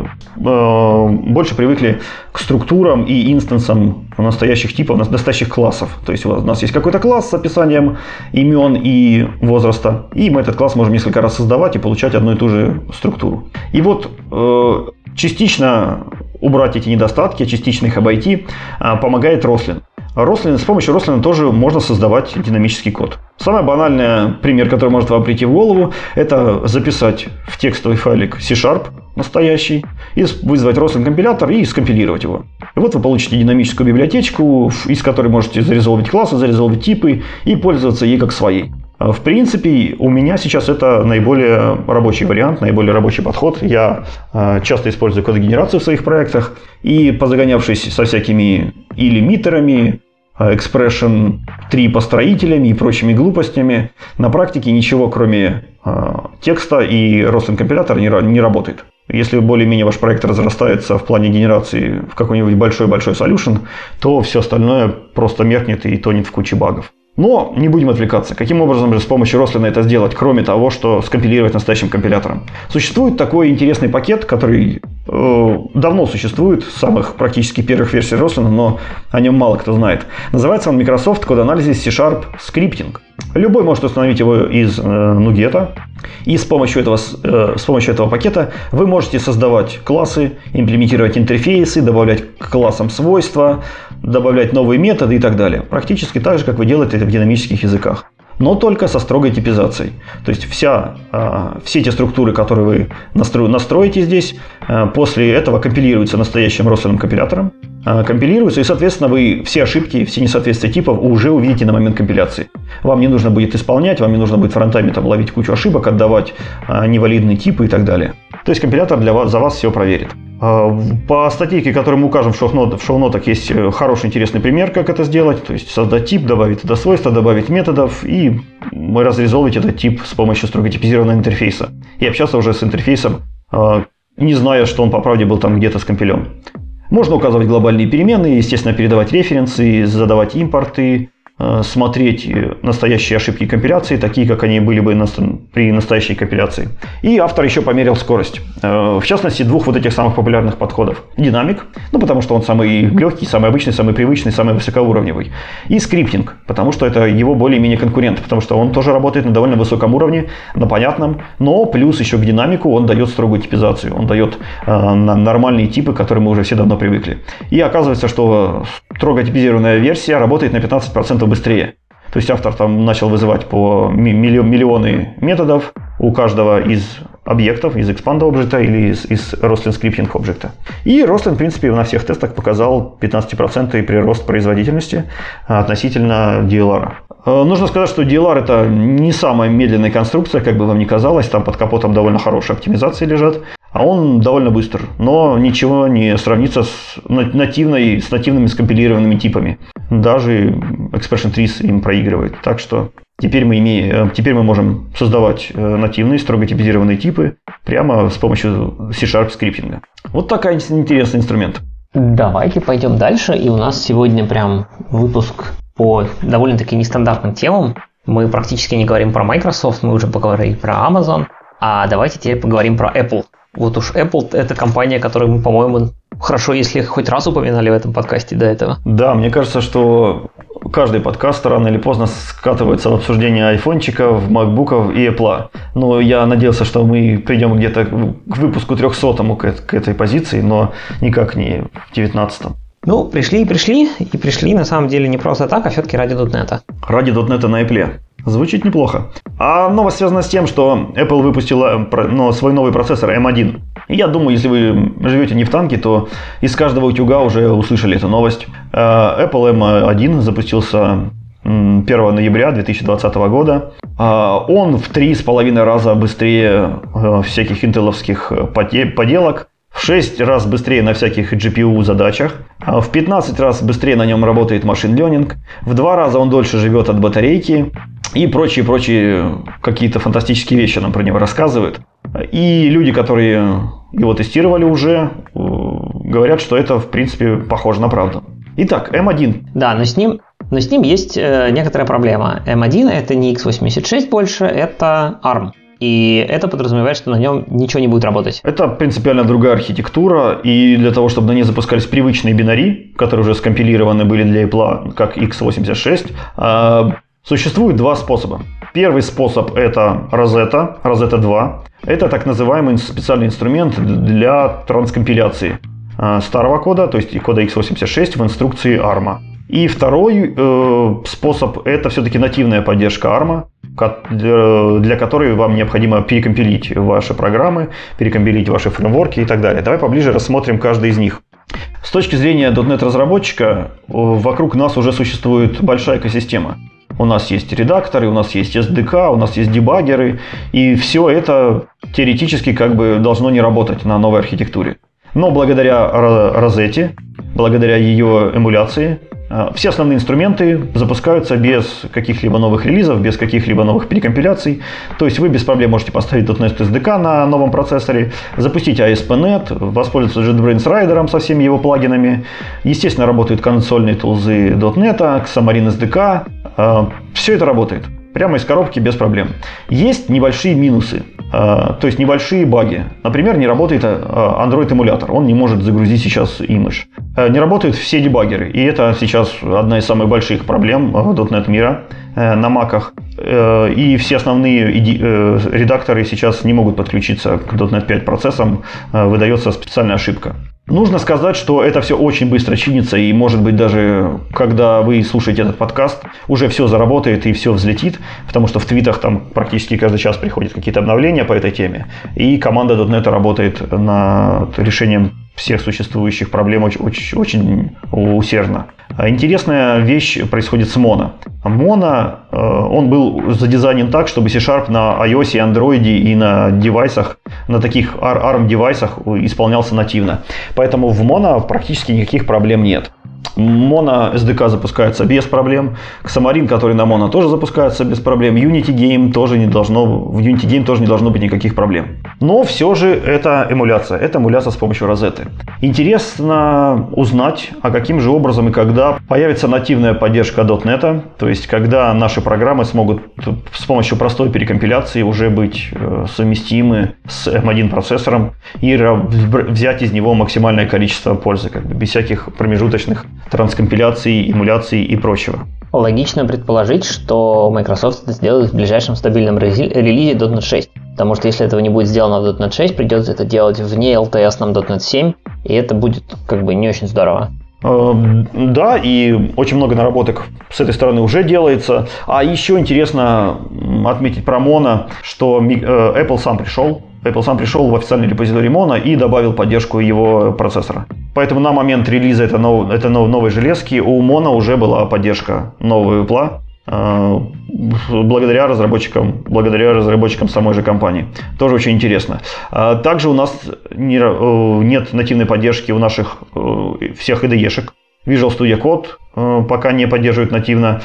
э, больше привыкли к структурам и инстансам настоящих типов, настоящих классов. То есть у нас есть какой-то класс с описанием имен и возраста, и мы этот класс можем несколько раз создавать и получать одну и ту же структуру. И вот э, частично убрать эти недостатки, частично их обойти, э, помогает Roslyn. Roslyn, с помощью Roslyn тоже можно создавать динамический код. Самый банальный пример, который может вам прийти в голову, это записать в текстовый файлик C-Sharp настоящий, и вызвать Roslyn компилятор и скомпилировать его. И вот вы получите динамическую библиотечку, из которой можете зарезолвить классы, зарезолвить типы и пользоваться ей как своей. В принципе, у меня сейчас это наиболее рабочий вариант, наиболее рабочий подход. Я э, часто использую кодогенерацию в своих проектах и, позагонявшись со всякими и лимитерами, Expression три построителями и прочими глупостями. На практике ничего, кроме э, текста и Roslyn компилятор не, не работает. Если более-менее ваш проект разрастается в плане генерации в какой-нибудь большой-большой solution, то все остальное просто меркнет и тонет в куче багов. Но не будем отвлекаться. Каким образом же с помощью Roslyn это сделать, кроме того, что скомпилировать настоящим компилятором? Существует такой интересный пакет, который э, давно существует, с самых практически первых версий Roslyn, но о нем мало кто знает. Называется он Microsoft Code Analysis C-Sharp Scripting. Любой может установить его из э, Nuget. И с помощью, этого, э, с помощью этого пакета вы можете создавать классы, имплементировать интерфейсы, добавлять к классам свойства, добавлять новые методы и так далее. Практически так же, как вы делаете это в динамических языках. Но только со строгой типизацией. То есть вся, э, все те структуры, которые вы настро, настроите здесь, э, после этого компилируются настоящим Roslyn компилятором. Э, компилируются, и, соответственно, вы все ошибки, все несоответствия типов уже увидите на момент компиляции. Вам не нужно будет исполнять, вам не нужно будет фронтами там ловить кучу ошибок, отдавать э, невалидные типы и так далее. То есть компилятор для вас, за вас все проверит. По статейке, которую мы укажем в шоу-нотах, в шоу-нотах, есть хороший интересный пример, как это сделать. То есть создать тип, добавить это свойство, добавить методов и разрезолвить этот тип с помощью строго типизированного интерфейса. И общаться уже с интерфейсом, не зная, что он по правде был там где-то скомпилен. Можно указывать глобальные переменные, естественно, передавать референсы, задавать импорты, смотреть настоящие ошибки компиляции, такие, как они были бы при настоящей компиляции. И автор еще померил скорость. В частности, двух вот этих самых популярных подходов. Динамик, ну потому что он самый легкий, самый обычный, самый привычный, самый высокоуровневый. И скриптинг, потому что это его более-менее конкурент, потому что он тоже работает на довольно высоком уровне, на понятном, но плюс еще к динамику он дает строгую типизацию, он дает э, нормальные типы, к которым мы уже все давно привыкли. И оказывается, что строго типизированная версия работает на пятнадцать процентов быстрее. То есть автор там начал вызывать по миллионы методов у каждого из объектов, из Expand объекта или из, из Roslyn Scripting объекта. И Roslyn, в принципе, на всех тестах показал пятнадцатипроцентный прирост производительности относительно ди эл ар. Нужно сказать, что ди эл ар это не самая медленная конструкция, как бы вам ни казалось, там под капотом довольно хорошие оптимизации лежат. А он довольно быстр, но ничего не сравнится с, нативной, с нативными скомпилированными типами. Даже Expression три им проигрывает. Так что теперь мы, имеем, теперь мы можем создавать нативные, строго типизированные типы прямо с помощью C-Sharp скриптинга. Вот такой интересный инструмент. Давайте пойдем дальше. И у нас сегодня прям выпуск по довольно-таки нестандартным темам. Мы практически не говорим про Microsoft, мы уже поговорили про Amazon. А давайте теперь поговорим про Apple. Вот уж Apple – это компания, которую мы, по-моему, хорошо, если хоть раз упоминали в этом подкасте до этого. Да, мне кажется, что каждый подкаст рано или поздно скатывается в обсуждение айфончиков, макбуков и Apple. Но я надеялся, что мы придем где-то к выпуску трехсотому к, к этой позиции, но никак не в девятнадцатом. Ну, пришли и пришли, и пришли на самом деле не просто так, а все-таки ради .дот нет. Ради .дот нет на Apple. Звучит неплохо. А новость связана с тем, что Apple выпустила ну, свой новый процессор эм один. И я думаю, если вы живете не в танке, то из каждого утюга уже услышали эту новость. Apple эм один запустился первого ноября две тысячи двадцатого года. Он в три с половиной раза быстрее всяких интеловских поделок. В шесть раз быстрее на всяких джи пи ю задачах, в пятнадцать раз быстрее на нем работает машин ленинг, в два раза он дольше живет от батарейки и прочие-прочие какие-то фантастические вещи нам про него рассказывают. И люди, которые его тестировали уже, говорят, что это в принципе похоже на правду. Итак, эм один. Да, но с ним, но с ним есть э, некоторая проблема. эм один это не икс восемьдесят шесть больше, это арм. И это подразумевает, что на нем ничего не будет работать. Это принципиально другая архитектура, и для того, чтобы на ней запускались привычные бинари, которые уже скомпилированы были для Apple, как икс восемьдесят шесть, существует два способа. Первый способ – это Rosetta, Rosetta два. Это так называемый специальный инструмент для транскомпиляции старого кода, то есть кода икс восемьдесят шесть в инструкции арм. И второй э, способ – это все-таки нативная поддержка арм, для, для которой вам необходимо перекомпилить ваши программы, перекомпилить ваши фреймворки и так далее. Давай поближе рассмотрим каждый из них. С точки зрения .дот нет разработчика, вокруг нас уже существует большая экосистема. У нас есть редакторы, у нас есть эс ди кей, у нас есть дебаггеры, и все это теоретически как бы должно не работать на новой архитектуре. Но благодаря Rosetta, благодаря ее эмуляции, Все основные инструменты запускаются без каких-либо новых релизов, без каких-либо новых перекомпиляций. То есть вы без проблем можете поставить .дот нет эс ди кей на новом процессоре, запустить эй эс пи точка нет, воспользоваться JetBrains Rider со всеми его плагинами. Естественно, работают консольные тулзы .дот нет, Xamarin эс ди кей. Все это работает. Прямо из коробки без проблем. Есть небольшие минусы, то есть небольшие баги. Например, не работает Android-эмулятор, он не может загрузить сейчас имидж. Не работают все дебаггеры, и это сейчас одна из самых больших проблем .дот нет мира на маках. И все основные редакторы сейчас не могут подключиться к .дот нет пять процессам, выдается специальная ошибка. Нужно сказать, что это все очень быстро чинится, и, может быть, даже когда вы слушаете этот подкаст, уже все заработает и все взлетит, потому что в твитах там практически каждый час приходят какие-то обновления по этой теме, и команда .дот нет работает над решением всех существующих проблем очень, очень, очень усердно. Интересная вещь происходит с Mono. Mono, он был задизайнен так, чтобы C-Sharp на iOS, Android и на девайсах, на таких арм девайсах исполнялся нативно. Поэтому в Mono практически никаких проблем нет. Mono эс ди кей запускается без проблем. Xamarin, который на Mono, тоже запускается без проблем. Unity Game тоже не должно, в Unity Game тоже не должно быть никаких проблем. Но все же это эмуляция. Это эмуляция с помощью Розетты. Интересно узнать, а каким же образом и когда появится нативная поддержка .дот нет. То есть, когда наши программы смогут с помощью простой перекомпиляции уже быть совместимы с эм один процессором и взять из него максимальное количество пользы, как бы без всяких промежуточных транскомпиляций, эмуляций и прочего. Логично предположить, что Microsoft это сделает в ближайшем стабильном релизе .дот нет шесть. Потому что если этого не будет сделано в .дот нет шесть, придется это делать вне эл ти эс-ном .дот нет семь, и это будет как бы не очень здорово. Да, и очень много наработок с этой стороны уже делается. А еще интересно отметить про Mono, что Apple сам пришел. Apple сам пришел в официальный репозиторий Mono и добавил поддержку его процессора. Поэтому на момент релиза этой нов, это новой железки у Mono уже была поддержка нового Apple. Благодаря разработчикам, благодаря разработчикам самой же компании. Тоже очень интересно. Также у нас нет нативной поддержки у наших всех ай ди и-шек. Visual Studio Code пока не поддерживает нативно,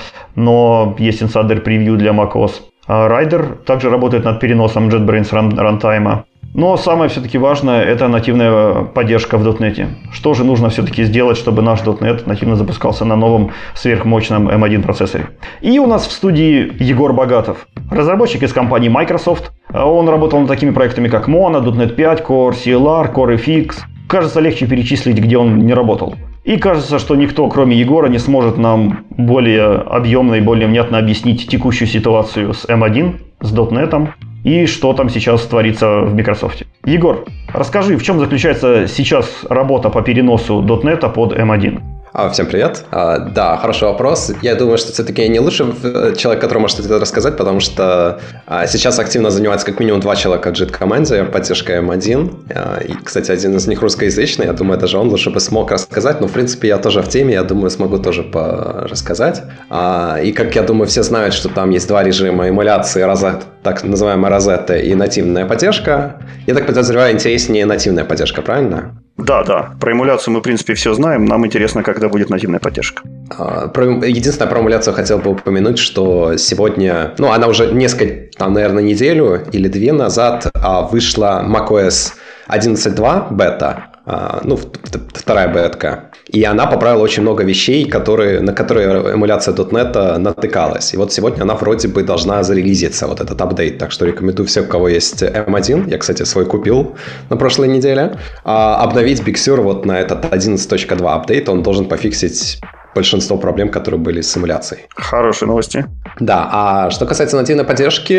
но есть Insider Preview для macOS. Rider также работает над переносом JetBrains рантайма. Но самое все-таки важное – это нативная поддержка в .дот нет. Что же нужно все-таки сделать, чтобы наш .дот нет нативно запускался на новом сверхмощном эм один процессоре? И у нас в студии Егор Богатов, разработчик из компании Microsoft. Он работал над такими проектами, как Mono, .дот нет пять, Core си эл ар, Core эф икс. Кажется, легче перечислить, где он не работал. И кажется, что никто, кроме Егора, не сможет нам более объемно и более внятно объяснить текущую ситуацию с эм один, с .дот нет и что там сейчас творится в Microsoft. Егор, расскажи, в чем заключается сейчас работа по переносу .дот нет под эм один? Всем привет. Да, хороший вопрос. Я думаю, что все-таки я не лучший человек, который может это рассказать, потому что сейчас активно занимается как минимум два человека в JIT-команде поддержкой эм один. И, кстати, один из них русскоязычный. Я думаю, даже он лучше бы смог рассказать. Но, в принципе, я тоже в теме. Я думаю, смогу тоже рассказать. И, как я думаю, все знают, что там есть два режима эмуляции, так называемая Розетта и нативная поддержка. Я так подозреваю, интереснее нативная поддержка, правильно? Да, да. Про эмуляцию мы, в принципе, все знаем. Нам интересно, когда будет нативная поддержка. Единственное, про эмуляцию хотел бы упомянуть, что сегодня, ну, она уже несколько, там, наверное, неделю или две назад вышла macOS одиннадцать точка два бета, ну, вторая бетка. И она поправила очень много вещей, которые, на которые эмуляция .дот нет натыкалась. И вот сегодня она вроде бы должна зарелизиться, вот этот апдейт. Так что рекомендую всем, у кого есть эм один, я, кстати, свой купил на прошлой неделе, обновить Big Sur вот на этот одиннадцать точка два апдейт. Он должен пофиксить большинство проблем, которые были с эмуляцией. Хорошие новости. Да, а что касается нативной поддержки,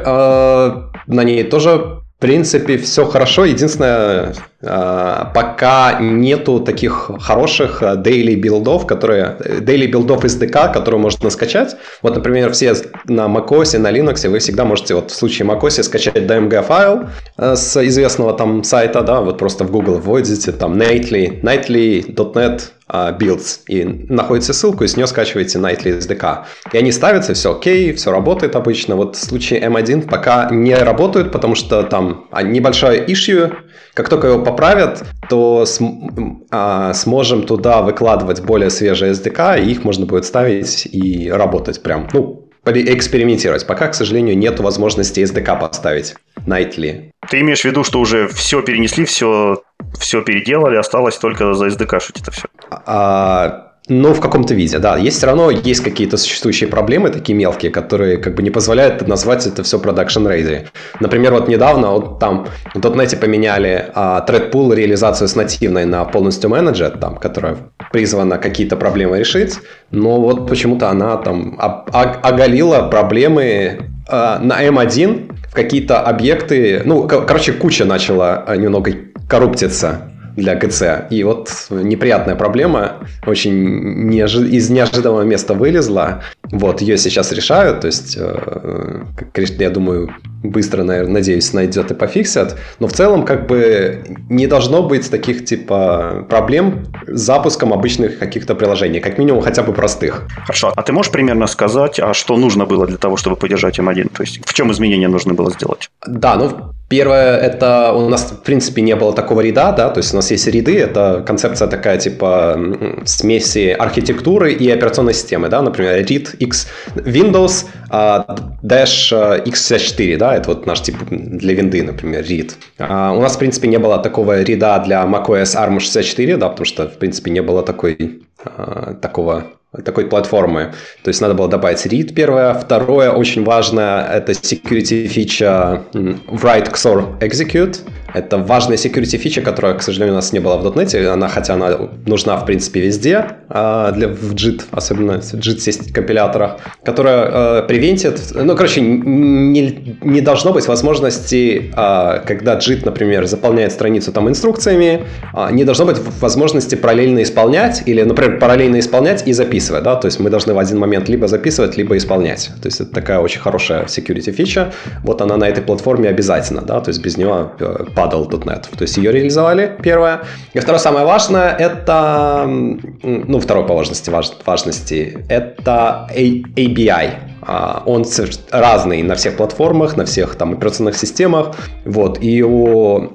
э, на ней тоже... В принципе, все хорошо. Единственное, пока нету таких хороших daily билдов, которые daily билдов эс ди кей, которые можно скачать. Вот, например, все на macOS, на Linux, вы всегда можете вот в случае macOS скачать ди эм джи файл с известного там сайта, да, вот просто в Google вводите там nightly, nightly .дот нет builds и находите ссылку, и с нее скачиваете Nightly эс ди кей. И они ставятся, все окей, все работает обычно. Вот в случае эм один пока не работают, потому что там небольшое issue. Как только его поправят, то см- а, сможем туда выкладывать более свежие эс ди кей, и их можно будет ставить и работать прям, ну, экспериментировать. Пока, к сожалению, нет возможности эс ди кей поставить nightly. Ты имеешь в виду, что уже все перенесли, все, все переделали, осталось только за эс ди кей-шить это все? А, ну, в каком-то виде, да. Есть все равно есть какие-то существующие проблемы, такие мелкие, которые как бы не позволяют назвать это все production ready. Например, вот недавно вот там в .дот нет поменяли а, thread pool реализацию с нативной на полностью managed, там, которая призвана какие-то проблемы решить, но вот почему-то она там оголила проблемы а, на эм один в какие-то объекты, ну, кор- короче, куча начала немного корруптиться для джи си. И вот неприятная проблема очень неожи- из неожиданного места вылезла. Вот, ее сейчас решают. То есть, э, я думаю, быстро, наверное, надеюсь, найдет и пофиксят. Но в целом, как бы, не должно быть таких, типа, проблем с запуском обычных каких-то приложений. Как минимум, хотя бы простых. Хорошо. А ты можешь примерно сказать, а что нужно было для того, чтобы поддержать эм один? То есть, в чем изменения нужно было сделать? Да, ну, первое, это у нас, в принципе, не было такого рида, да, то есть у нас есть риды, это концепция такая, типа, смеси архитектуры и операционной системы, да, например, read X Windows dash икс шестьдесят четыре, да, это вот наш тип для винды, например, read. А у нас, в принципе, не было такого рида для macOS арм шестьдесят четыре, да, потому что, в принципе, не было такой, такого... такой платформы. То есть надо было добавить read первое. Второе, очень важное, это security фича write xor execute. Это важная security фича, которая, к сожалению, у нас не было в .дот нет. Она, хотя она нужна, в принципе, везде, для, в джит, особенно в джит компиляторах, которая э, превентит... Ну, короче, не, не должно быть возможности, э, когда джит, например, заполняет страницу там инструкциями, э, не должно быть возможности параллельно исполнять или, например, параллельно исполнять и записывать. Да? То есть мы должны в один момент либо записывать, либо исполнять. То есть это такая очень хорошая security фича. Вот она на этой платформе обязательно. Да? То есть без нее падал .дот нет. То есть ее реализовали, первое. И второе, самое важное, это... Ну, второе по важности, важности это эй би ай. Он разный на всех платформах, на всех там операционных системах. Вот. И у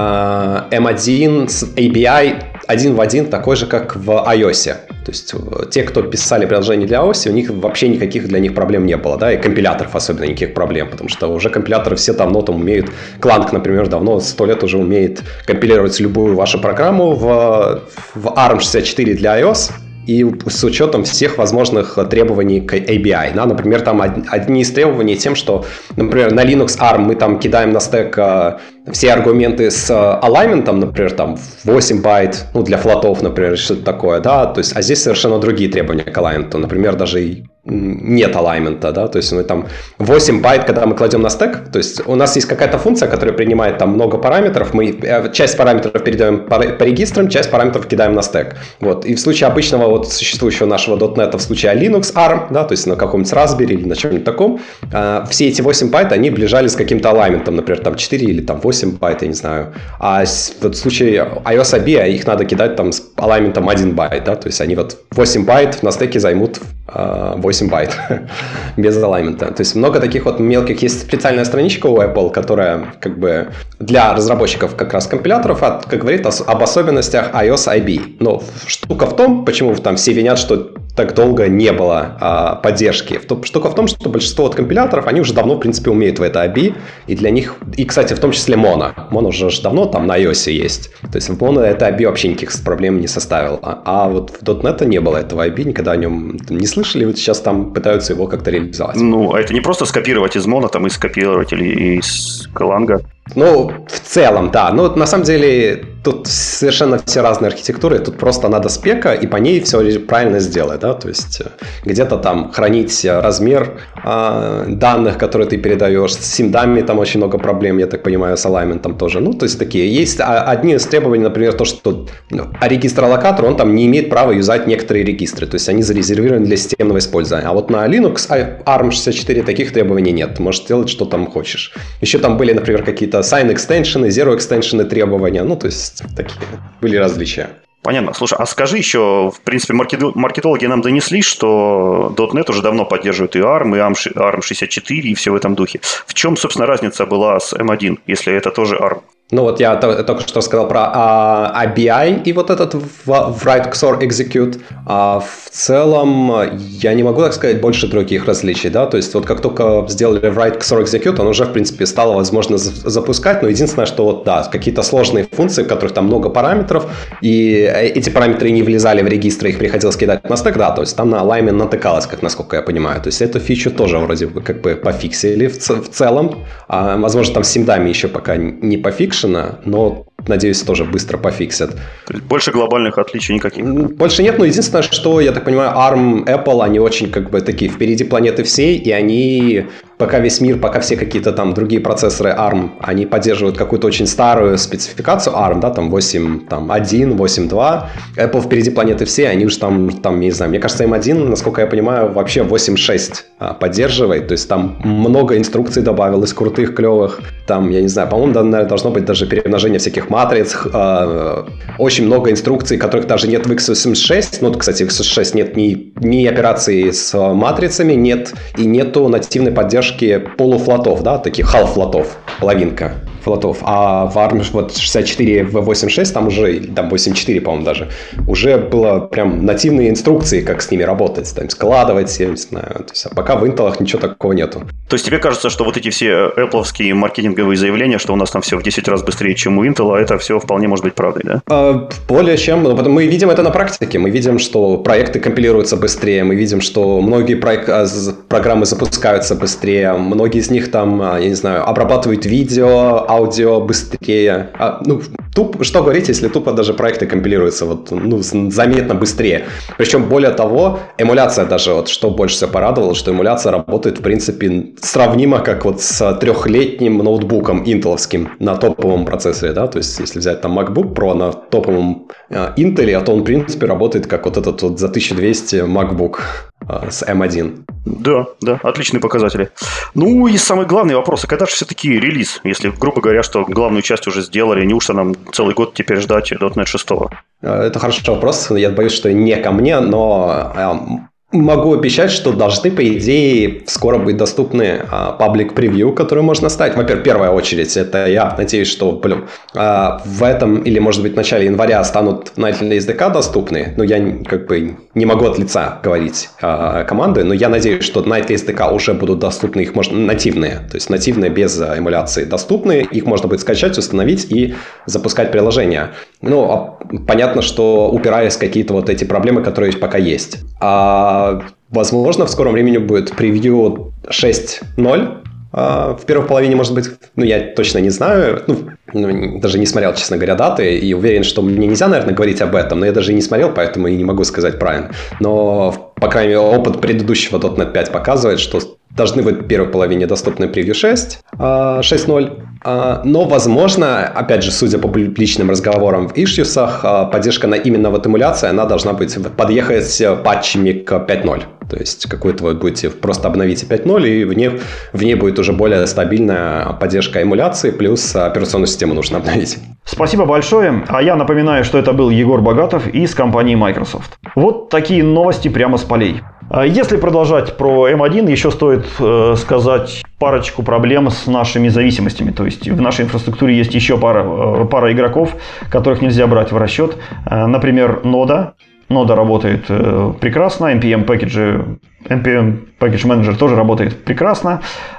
эм один с эй би ай один в один такой же, как в iOS. То есть те, кто писали приложения для iOS, у них вообще никаких для них проблем не было, да, и компиляторов особенно никаких проблем, потому что уже компиляторы все давно там умеют, Clang, например, давно, сто лет уже умеет компилировать любую вашу программу в, в арм шестьдесят четыре для iOS, и с учетом всех возможных требований к эй би ай. Да? Например, там одни из требований тем, что, например, на Linux арм мы там кидаем на стек э, все аргументы с алайнментом, например, там восемь байт, ну, для флотов, например, что-то такое, да, то есть, а здесь совершенно другие требования к алайнменту, например, даже и нет алайнмента, да, то есть мы там восемь байт, когда мы кладем на стек, то есть у нас есть какая-то функция, которая принимает там много параметров, мы часть параметров передаем по, по регистрам, часть параметров кидаем на стек, вот, и в случае обычного вот существующего нашего .дот нет, в случае Linux арм, да, то есть на каком-нибудь Raspberry или на чем-нибудь таком, э, все эти восемь байт, они ближали с каким-то алайнментом, например, там четыре или там восемь байт, я не знаю, а вот в случае iOS эй би ай их надо кидать там с алайнментом один байт, да, то есть они вот восемь байт на стеке займут э, восемь байт без алайнмента. То есть много таких вот мелких. Есть специальная страничка у Apple, которая как бы для разработчиков как раз компиляторов, как говорит об особенностях iOS эй би ай. Но штука в том, почему там все винят, что так долго не было а, поддержки. Штука в том, что большинство от компиляторов, они уже давно, в принципе, умеют в это эй би ай, и для них, и, кстати, в том числе Mono. Mono уже давно там на iOS есть. То есть в Mono это эй би ай вообще никаких проблем не составил. А, а вот в .дот нет не было этого эй би ай, никогда о нем не слышали, вот сейчас там пытаются его как-то реализовать. Ну, а это не просто скопировать из Mono, там, и скопировать или из Clang. Ну, в целом, да. Ну, на самом деле, тут совершенно все разные архитектуры. Тут просто надо спека, и по ней все правильно сделать, да. То есть где-то там хранить размер э, данных, которые ты передаешь. С симдами там очень много проблем, я так понимаю, с алайнментом тоже. Ну, то есть такие. Есть одни из требований, например, то, что ну, регистр-аллокатор, он там не имеет права юзать некоторые регистры. То есть они зарезервированы для системного использования. А вот на Linux арм шестьдесят четыре таких требований нет. Ты можешь делать, что там хочешь. Еще там были, например, какие-то sign extension, zero extension требования. Ну, то есть, такие были различия. Понятно. Слушай, а скажи еще, в принципе, маркетологи нам донесли, что .дот нет уже давно поддерживает и арм, и арм шестьдесят четыре, и все в этом духе. В чем, собственно, разница была с эм один, если это тоже арм? Ну вот я только что сказал про а, эй би ай и вот этот write xor execute. А в целом я не могу так сказать больше других различий, да, то есть вот как только сделали write xor execute, он уже в принципе стало возможно запускать, но единственное, что вот да, какие-то сложные функции, в которых там много параметров, и эти параметры не влезали в регистры, их приходилось кидать на стек, да, то есть там на Lime натыкалось, как насколько я понимаю, то есть эту фичу тоже вроде бы как бы пофиксили в, ц- в целом, а, возможно там с симдами еще пока не пофикшено, но, надеюсь, тоже быстро пофиксят. Больше глобальных отличий никаких? Больше нет, но единственное, что, я так понимаю, арм, Apple, они очень как бы такие впереди планеты всей, и они, пока весь мир, пока все какие-то там другие процессоры арм, они поддерживают какую-то очень старую спецификацию арм, да, там восемь точка один, восемь точка два, Apple впереди планеты всей, они уж там, там, не знаю, мне кажется, эм один, насколько я понимаю, вообще восемь точка шесть поддерживает, то есть там много инструкций добавилось, крутых, клевых, там, я не знаю, по-моему, да, должно быть даже перемножение всяких матриц, э, очень много инструкций, которых даже нет в икс восемьдесят шесть, ну, кстати, в икс восемьдесят шесть нет ни, ни операции с матрицами, нет, и нету нативной поддержки полуфлотов, да, таких half-флотов, половинка флотов, а в арм вот шестьдесят четыре ви восемьдесят шесть, там уже, там восемьдесят четыре, по-моему, даже, уже было прям нативные инструкции, как с ними работать, там, складывать, я не знаю, то есть, а пока в Intel ничего такого нету. То есть тебе кажется, что вот эти все Apple-овские маркетинговые заявления, что у нас там все в десять раз быстрее, чем у Intel, это все вполне может быть правдой, да? А, более чем. Мы видим это на практике. Мы видим, что проекты компилируются быстрее, мы видим, что многие проект, программы запускаются быстрее, многие из них там, я не знаю, обрабатывают видео, аудио быстрее. А, ну, туп, что говорить, если тупо даже проекты компилируются вот, ну, заметно быстрее. Причем, более того, эмуляция даже, вот, что больше всего порадовало, что эмуляция работает, в принципе, сравнимо как вот с трехлетним ноутбуком интеловским на топовом процессоре, да, то есть если взять там MacBook Pro на топовом э, Intel, то он, в принципе, работает как вот этот вот за тысячу двести MacBook э, с эм один. Да, да, отличные показатели. Ну и самый главный вопрос, а когда же все-таки релиз? Если, грубо говоря, что главную часть уже сделали, неужто нам целый год теперь ждать дот нет шесть? Это хороший вопрос, я боюсь, что не ко мне, но... Э, могу обещать, что должны, по идее, скоро быть доступны паблик превью, которые можно ставить. Во-первых, в первую очередь, это я надеюсь, что блин, а, в этом или, может быть, в начале января станут Nightly эс ди кей доступны. Ну, я как бы не могу от лица говорить а, команды, но я надеюсь, что Nightly эс ди кей уже будут доступны, их можно нативные, то есть нативные без эмуляции доступны, их можно будет скачать, установить и запускать приложение. Ну, а понятно, что упираясь в какие-то вот эти проблемы, которые пока есть. А возможно, в скором времени будет превью шесть ноль. В первой половине, может быть, ну, я точно не знаю, ну, даже не смотрел, честно говоря, даты, и уверен, что мне нельзя, наверное, говорить об этом, но я даже и не смотрел, поэтому и не могу сказать правильно. Но, по крайней мере, опыт предыдущего дот нет пять показывает, что должны быть в первой половине доступны превью шесть, шесть ноль. Но, возможно, опять же, судя по публичным разговорам в ишьюсах, поддержка на именно вот эмуляции, она должна быть подъехать патчами к пять ноль. То есть какую-то вы будете просто обновите пять ноль, и в ней, в ней будет уже более стабильная поддержка эмуляции, плюс операционную систему нужно обновить. Спасибо большое. А я напоминаю, что это был Егор Богатов из компании Microsoft. Вот такие новости прямо с полей. Если продолжать про эм один, еще стоит э, сказать парочку проблем с нашими зависимостями. То есть в нашей инфраструктуре есть еще пара, э, пара игроков, которых нельзя брать в расчет. Э, например, нода. Нода работает э, прекрасно, эн пи эм пакеджи, эн пи эм Package Manager тоже работает прекрасно,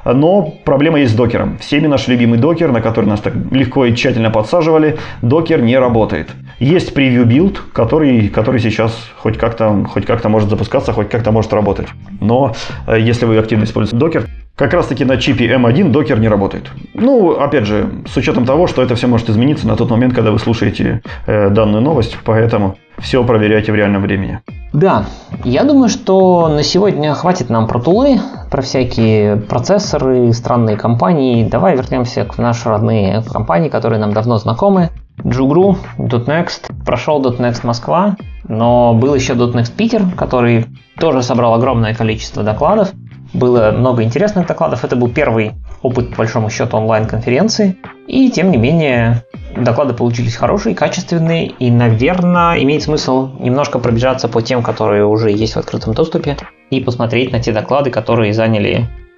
но проблема есть с докером. Всеми наш любимый докер, на который нас так легко и тщательно подсаживали, докер не работает. Есть превью билд, который, который сейчас хоть как-то, хоть как-то может запускаться, хоть как-то может работать. Но э, если вы активно используете докер, как раз таки на чипе эм один докер не работает. Ну, опять же, с учетом того, что это все может измениться на тот момент, когда вы слушаете э, данную новость, поэтому все проверяйте в реальном времени. Да, я думаю, что на сегодня хватит нам про тулы, про всякие процессоры, странные компании. Давай вернемся к наши родные компании, которые нам давно знакомы. Джугру, .next, прошел .next Москва, но был еще .next Питер, который тоже собрал огромное количество докладов. Было много интересных докладов. Это был первый опыт, по большому счету, онлайн-конференции. И, тем не менее, доклады получились хорошие, качественные. И, наверное, имеет смысл немножко пробежаться по тем, которые уже есть в открытом доступе, и посмотреть на те доклады, которые заняли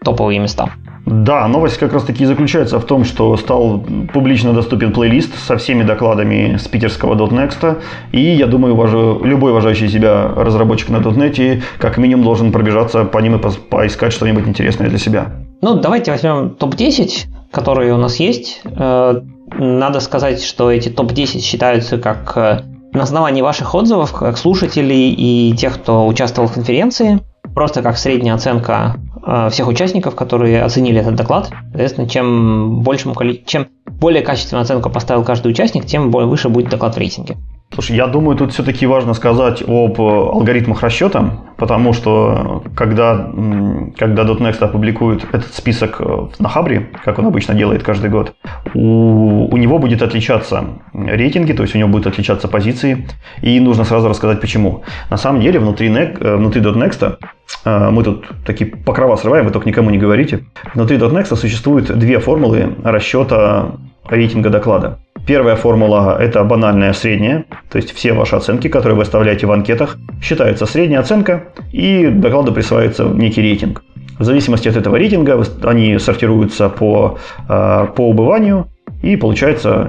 топовые места. Да, новость как раз таки и заключается в том, что стал публично доступен плейлист со всеми докладами с питерского .next, и я думаю, уважу, любой уважающий себя разработчик на .NET как минимум должен пробежаться по ним и по- поискать что-нибудь интересное для себя. Ну, давайте возьмем топ десять, которые у нас есть. Э, Надо сказать, что эти топ десять считаются как э, на основании ваших отзывов, как слушателей и тех, кто участвовал в конференции, просто как средняя оценка э, всех участников, которые оценили этот доклад. Соответственно, чем большему коли- чем более качественную оценку поставил каждый участник, тем более выше будет доклад в рейтинге. Слушай, я думаю, тут все-таки важно сказать об алгоритмах расчета, потому что когда, м, когда .next опубликует этот список на Хабре, как он обычно делает каждый год, у, у него будет отличаться рейтинги, то есть у него будут отличаться позиции, и нужно сразу рассказать почему. На самом деле внутри, нек- внутри .next, э, мы тут такие покрова срываем, вы только никому не говорите, внутри .next существует две формулы расчета рейтинга доклада. Первая формула – это банальная средняя, то есть все ваши оценки, которые вы оставляете в анкетах, считается средняя оценка, и докладу присваивается некий рейтинг. В зависимости от этого рейтинга они сортируются по, по убыванию, и получается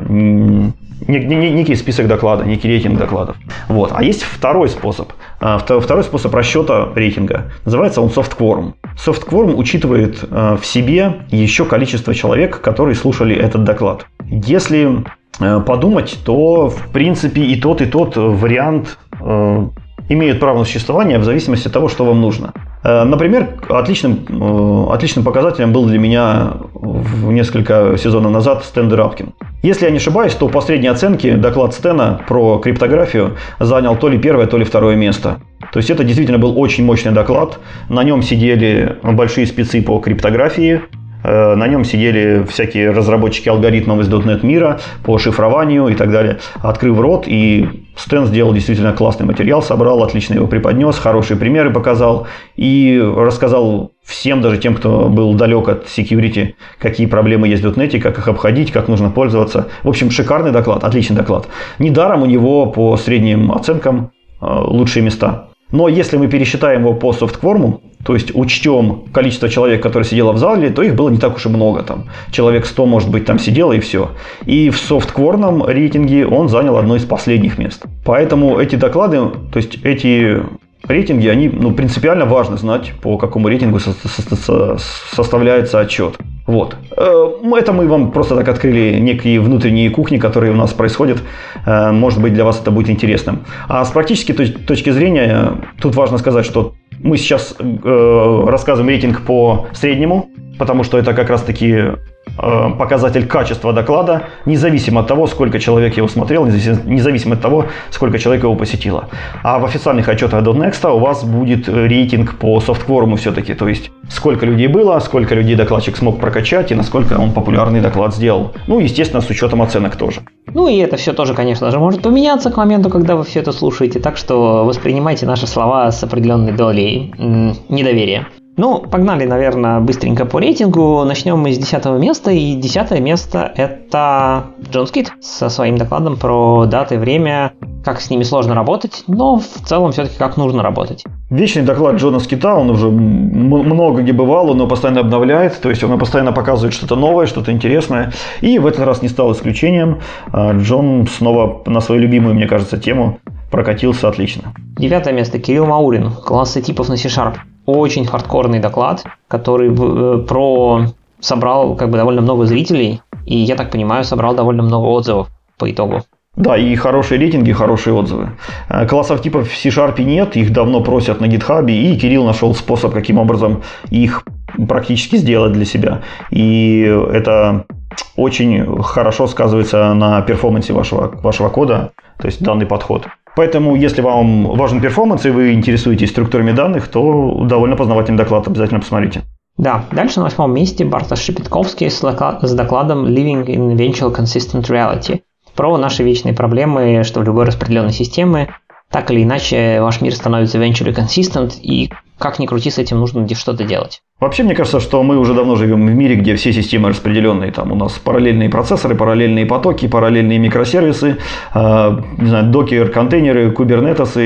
некий список доклада, некий рейтинг докладов. Вот. А есть второй способ. Второй способ расчета рейтинга. Называется он soft quorum. Soft quorum учитывает в себе еще количество человек, которые слушали этот доклад. Если подумать, то в принципе и тот, и тот вариант э, имеют право на существование в зависимости от того, что вам нужно. Э, например, отличным, э, отличным показателем был для меня в несколько сезонов назад Стэн Драпкин. Если я не ошибаюсь, то по средней оценке доклад Стэна про криптографию занял то ли первое, то ли второе место. То есть это действительно был очень мощный доклад. На нем сидели большие спецы по криптографии. На нем сидели всякие разработчики алгоритмов из .NET мира по шифрованию и так далее. Открыв рот, и Стэн сделал действительно классный материал, собрал, отлично его преподнес, хорошие примеры показал и рассказал всем, даже тем, кто был далек от security, какие проблемы есть в .NET, как их обходить, как нужно пользоваться. В общем, шикарный доклад, отличный доклад. Недаром у него по средним оценкам лучшие места. Но если мы пересчитаем его по софткворму, то есть учтем количество человек, которые сидело в зале, то их было не так уж и много. Там, человек сто, может быть, там сидело и все. И в софткворном рейтинге он занял одно из последних мест. Поэтому эти доклады, то есть эти рейтинги, они ну, принципиально важно знать, по какому рейтингу со- со- со- составляется отчет. Вот. Это мы вам просто так открыли некие внутренние кухни, которые у нас происходят. Может быть, для вас это будет интересным. А с практической точки зрения, тут важно сказать, что мы сейчас рассказываем рейтинг по среднему, потому что это как раз-таки показатель качества доклада, независимо от того, сколько человек его смотрел, независимо от того, сколько человек его посетило. А в официальных отчетах .next у вас будет рейтинг по софткворуму все-таки, то есть сколько людей было, сколько людей докладчик смог прокачать и насколько он популярный доклад сделал. Ну, естественно, с учетом оценок тоже. Ну и это все тоже, конечно же, может поменяться к моменту, когда вы все это слушаете, так что воспринимайте наши слова с определенной долей м- недоверия. Ну, погнали, наверное, быстренько по рейтингу. Начнем мы с десятого места. И десятое место – это Джон Скит со своим докладом про даты, время, как с ними сложно работать, но в целом все-таки как нужно работать. Вечный доклад Джона Скита, он уже много где бывал, он его постоянно обновляет, то есть он постоянно показывает что-то новое, что-то интересное. И в этот раз не стал исключением. Джон снова на свою любимую, мне кажется, тему прокатился отлично. Девятое место – Кирилл Маурин, классы типов на C-Sharp. Очень хардкорный доклад, который э, про собрал как бы довольно много зрителей, и, я так понимаю, собрал довольно много отзывов по итогу. Да, и хорошие рейтинги, хорошие отзывы. Классов типов в C-Sharp нет, их давно просят на GitHub, и Кирилл нашел способ, каким образом их практически сделать для себя. И это очень хорошо сказывается на перформансе вашего, вашего кода, то есть данный подход. Поэтому, если вам важен перформанс и вы интересуетесь структурами данных, то довольно познавательный доклад, обязательно посмотрите. Да, дальше на восьмом месте Бартош Шепетковский с докладом Living in Eventual Consistent Reality про наши вечные проблемы, что в любой распределенной системе так или иначе ваш мир становится eventually consistent, и как ни крути, с этим нужно что-то делать. Вообще, мне кажется, что мы уже давно живем в мире, где все системы распределенные. Там у нас параллельные процессоры, параллельные потоки, параллельные микросервисы, э, не знаю, докер, контейнеры, кубернетесы,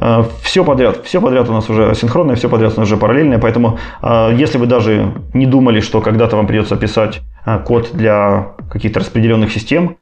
Все подряд, все подряд у нас уже асинхронное, все подряд у нас уже параллельное, поэтому если вы даже не думали, что когда-то вам придется писать код для каких-то распределенных систем,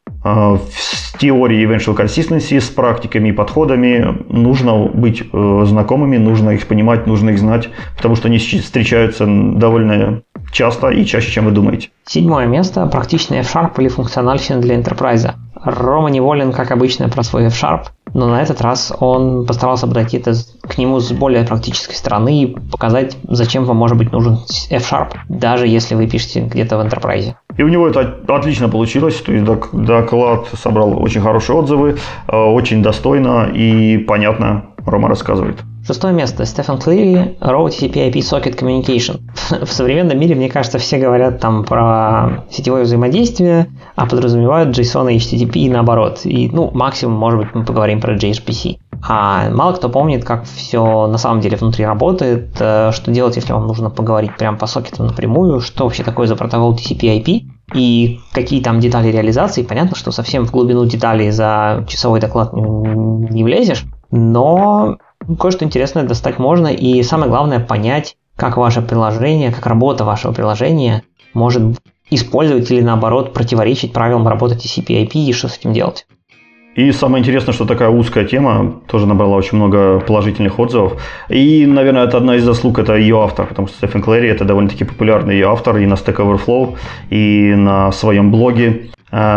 с теорией eventual consistency, с практиками и подходами нужно быть знакомыми, нужно их понимать, нужно их знать, потому что они встречаются довольно часто и чаще, чем вы думаете. Седьмое место. Практичный F-Sharp или функциональщина для Enterprise. Рома неволен, как обычно, про свой F-Sharp, но на этот раз он постарался подойти это к нему с более практической стороны и показать, зачем вам может быть нужен F-Sharp, даже если вы пишете где-то в Enterprise. И у него это отлично получилось, то есть доклад собрал очень хорошие отзывы, очень достойно и понятно Рома рассказывает. Шестое место. Стефан Клири, Row ти си пи ай пи Socket Communication. В современном мире, мне кажется, все говорят там про сетевое взаимодействие, а подразумевают JSON и эйч ти ти пи и наоборот. И, ну, максимум, может быть, мы поговорим про джей эс пи си. А мало кто помнит, как все на самом деле внутри работает, что делать, если вам нужно поговорить прямо по сокетам напрямую, что вообще такое за протокол ти си пи ай пи и какие там детали реализации. Понятно, что совсем в глубину деталей за часовой доклад не, не влезешь, но кое-что интересное достать можно, и самое главное понять, как ваше приложение, как работа вашего приложения может использовать или наоборот противоречить правилам работы ти си пи ай пи и что с этим делать. И самое интересное, что такая узкая тема тоже набрала очень много положительных отзывов. И, наверное, это одна из заслуг, это ее автор, потому что Стефан Клэри это довольно-таки популярный ее автор и на Stack Overflow, и на своем блоге.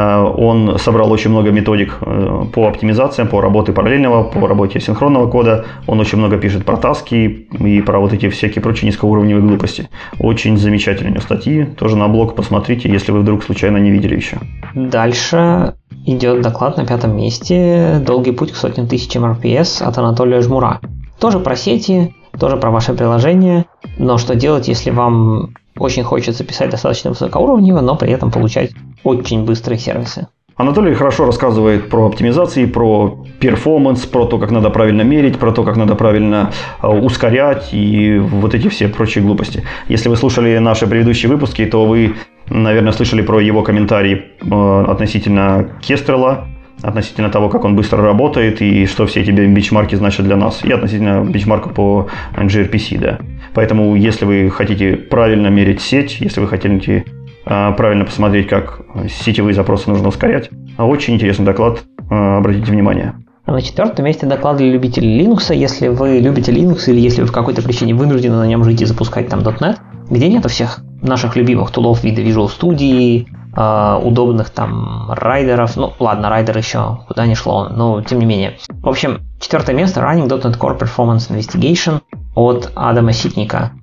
Он собрал очень много методик по оптимизациям, по работе параллельного, по работе синхронного кода. Он очень много пишет про таски и про вот эти всякие прочие низкоуровневые глупости. Очень замечательные статьи. Тоже на блог посмотрите, если вы вдруг случайно не видели еще. Дальше идет доклад на пятом месте «Долгий путь к сотням тысячам эр пи эс» от Анатолия Жмура. Тоже про сети, тоже про ваше приложение, но что делать, если вам очень хочется писать достаточно высокоуровнево, но при этом получать очень быстрые сервисы. Анатолий хорошо рассказывает про оптимизации, про перформанс, про то, как надо правильно мерить, про то, как надо правильно ускорять и вот эти все прочие глупости. Если вы слушали наши предыдущие выпуски, то вы, наверное, слышали про его комментарии относительно Kestrel, относительно того, как он быстро работает и что все эти бенчмарки значат для нас, и относительно бенчмарков по джей ар пи си, да. Поэтому, если вы хотите правильно мерить сеть, если вы хотите э, правильно посмотреть, как сетевые запросы нужно ускорять, очень интересный доклад, э, обратите внимание. На четвертом месте доклад для любителей Linux. Если вы любите Linux или если вы по какой-то причине вынуждены на нем жить и запускать там .дот нет, где нету всех наших любимых тулов вида Visual Studio, э, удобных там райдеров, ну ладно, райдер еще куда ни шло, но тем не менее. В общем, четвертое место Running .дот нет Core Performance Investigation от Адама Ситника,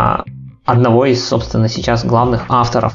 одного из, собственно, сейчас главных авторов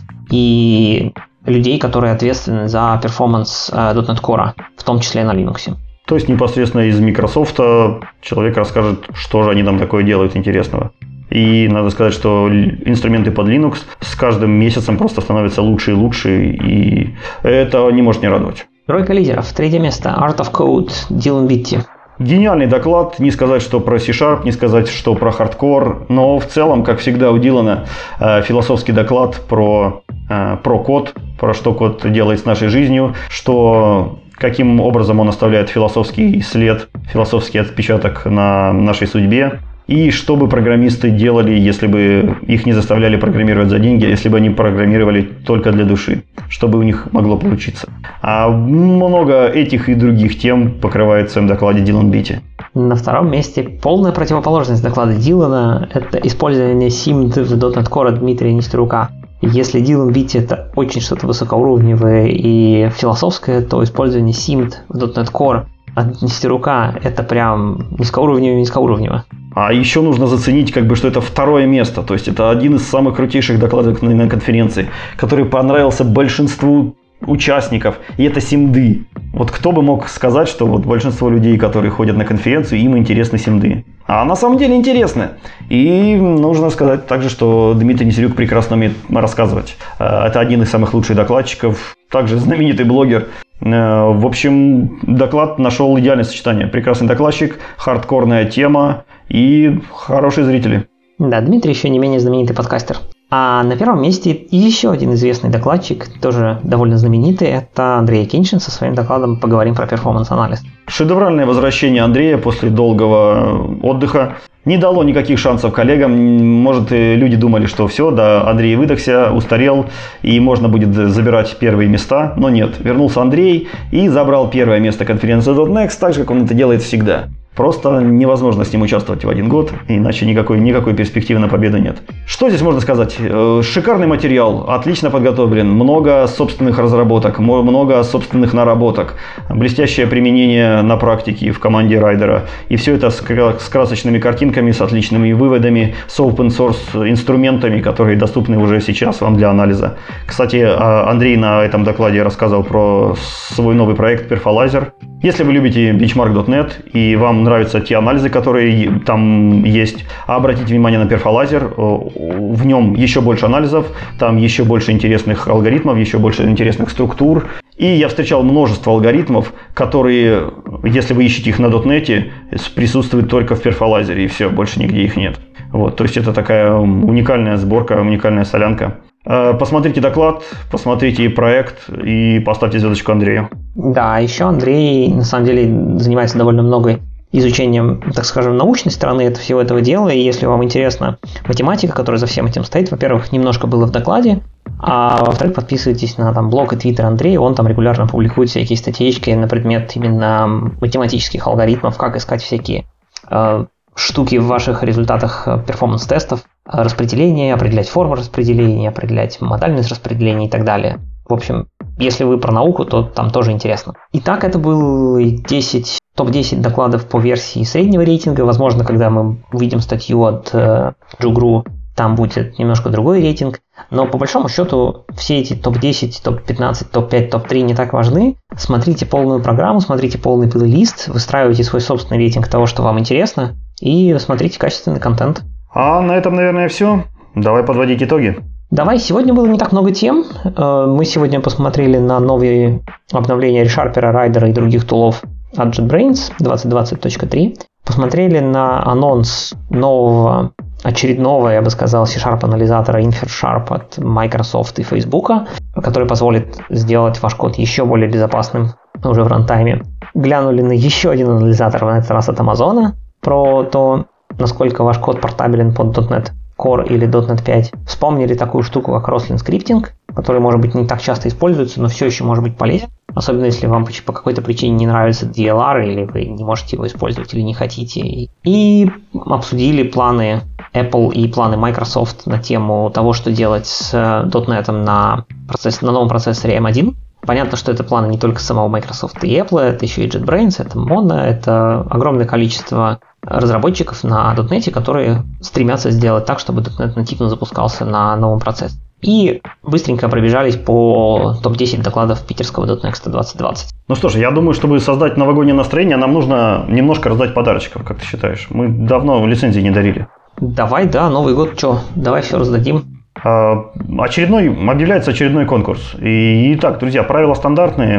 и людей, которые ответственны за перформанс .дот нет Core, в том числе на Linux. То есть непосредственно из Microsoft человек расскажет, что же они там такое делают интересного. И надо сказать, что инструменты под Linux с каждым месяцем просто становятся лучше и лучше, и это не может не радовать. Тройка лидеров. Третье место Art of Code Дилан Витти. Гениальный доклад, не сказать, что про C-Sharp, не сказать, что про хардкор, но в целом, как всегда у Дилана, философский доклад про, про код, про что код делает с нашей жизнью, что, каким образом он оставляет философский след, философский отпечаток на нашей судьбе. И что бы программисты делали, если бы их не заставляли программировать за деньги, если бы они программировали только для души, что бы у них могло получиться. А много этих и других тем покрывает в своем докладе Дилан Витти. На втором месте полная противоположность доклада Дилана – это использование симд в .дот нет Core Дмитрия Нестерука. Если Дилан Витти – это очень что-то высокоуровневое и философское, то использование симд в .дот нет Core от Нестерука – это прям низкоуровнево-низкоуровнево. А еще нужно заценить, как бы, что это второе место. То есть это один из самых крутейших докладов на, на конференции, который понравился большинству участников. И это симды. Вот кто бы мог сказать, что вот большинство людей, которые ходят на конференцию, им интересны симды. А на самом деле интересны. И нужно сказать также, что Дмитрий Нестерук прекрасно умеет рассказывать. Это один из самых лучших докладчиков. Также знаменитый блогер. В общем, доклад нашел идеальное сочетание. Прекрасный докладчик, хардкорная тема и хорошие зрители. Да, Дмитрий еще не менее знаменитый подкастер. А на первом месте еще один известный докладчик, тоже довольно знаменитый, это Андрей Акиньшин со своим докладом «Поговорим про перформанс-анализ». Шедевральное возвращение Андрея после долгого отдыха не дало никаких шансов коллегам. Может, и люди думали, что все, да, Андрей выдохся, устарел, и можно будет забирать первые места. Но нет, вернулся Андрей и забрал первое место конференции .дот некст, так же, как он это делает всегда. Просто невозможно с ним участвовать в один год, иначе никакой, никакой перспективы на победу нет. Что здесь можно сказать? Шикарный материал, отлично подготовлен, много собственных разработок, много собственных наработок, блестящее применение на практике в команде райдера. И все это с красочными картинками, с отличными выводами, с open source инструментами, которые доступны уже сейчас вам для анализа. Кстати, Андрей на этом докладе рассказывал про свой новый проект Perfalizer. Если вы любите бенчмарк точка нет и вам нравятся те анализы, которые там есть, обратите внимание на Perfalizer. В нем еще больше анализов, там еще больше интересных алгоритмов, еще больше интересных структур. И я встречал множество алгоритмов, которые, если вы ищете их на .дот нет, присутствуют только в Perfalizer, и все, больше нигде их нет. Вот, то есть это такая уникальная сборка, уникальная солянка. Посмотрите доклад, посмотрите проект и поставьте звездочку Андрею. Да, еще Андрей на самом деле занимается довольно много изучением, так скажем, научной стороны этого, всего этого дела. И если вам интересна математика, которая за всем этим стоит, во-первых, немножко было в докладе, а во-вторых, подписывайтесь на там, блог и твиттер Андрея, он там регулярно публикует всякие статейки на предмет именно математических алгоритмов, как искать всякие э, штуки в ваших результатах перформанс-тестов, распределение, определять форму распределения, определять модальность распределения и так далее. В общем, если вы про науку, то там тоже интересно. Итак, это был десять, топ десять докладов по версии среднего рейтинга. Возможно, когда мы увидим статью от э, Джугру, там будет немножко другой рейтинг. Но по большому счету все эти топ десять, топ пятнадцать, топ пять, топ три не так важны. Смотрите полную программу, смотрите полный плейлист, выстраивайте свой собственный рейтинг того, что вам интересно, и смотрите качественный контент. А на этом, наверное, все. Давай подводить итоги. Давай, сегодня было не так много тем. Мы сегодня посмотрели на новые обновления ReSharper, Rider и других тулов от JetBrains двадцать двадцать точка три. Посмотрели на анонс нового, очередного, я бы сказал, C-Sharp анализатора InferSharp от Microsoft и Facebook, который позволит сделать ваш код еще более безопасным уже в рантайме. Глянули на еще один анализатор, на этот раз от Amazon, про то, насколько ваш код портабелен под .дот нет Core или .дот нет пять. Вспомнили такую штуку, как Roslyn Scripting, который, может быть, не так часто используется, но все еще может быть полезен. Особенно, если вам по какой-то причине не нравится ди эл ар, или вы не можете его использовать, или не хотите. И обсудили планы Apple и планы Microsoft на тему того, что делать с .дот нет на, процесс, на новом процессоре эм один. Понятно, что это планы не только самого Microsoft и Apple, это еще и JetBrains, это Mono, это огромное количество разработчиков на .дот нет, которые стремятся сделать так, чтобы .дот нет нативно запускался на новом процессе. И быстренько пробежались по топ десять докладов питерского .дот некст двадцать двадцать. Ну что ж, я думаю, чтобы создать новогоднее настроение, нам нужно немножко раздать подарочков, как ты считаешь? Мы давно лицензии не дарили. Давай, да, Новый год, что, давай все раздадим. Очередной, объявляется очередной конкурс. И, итак, друзья, правила стандартные.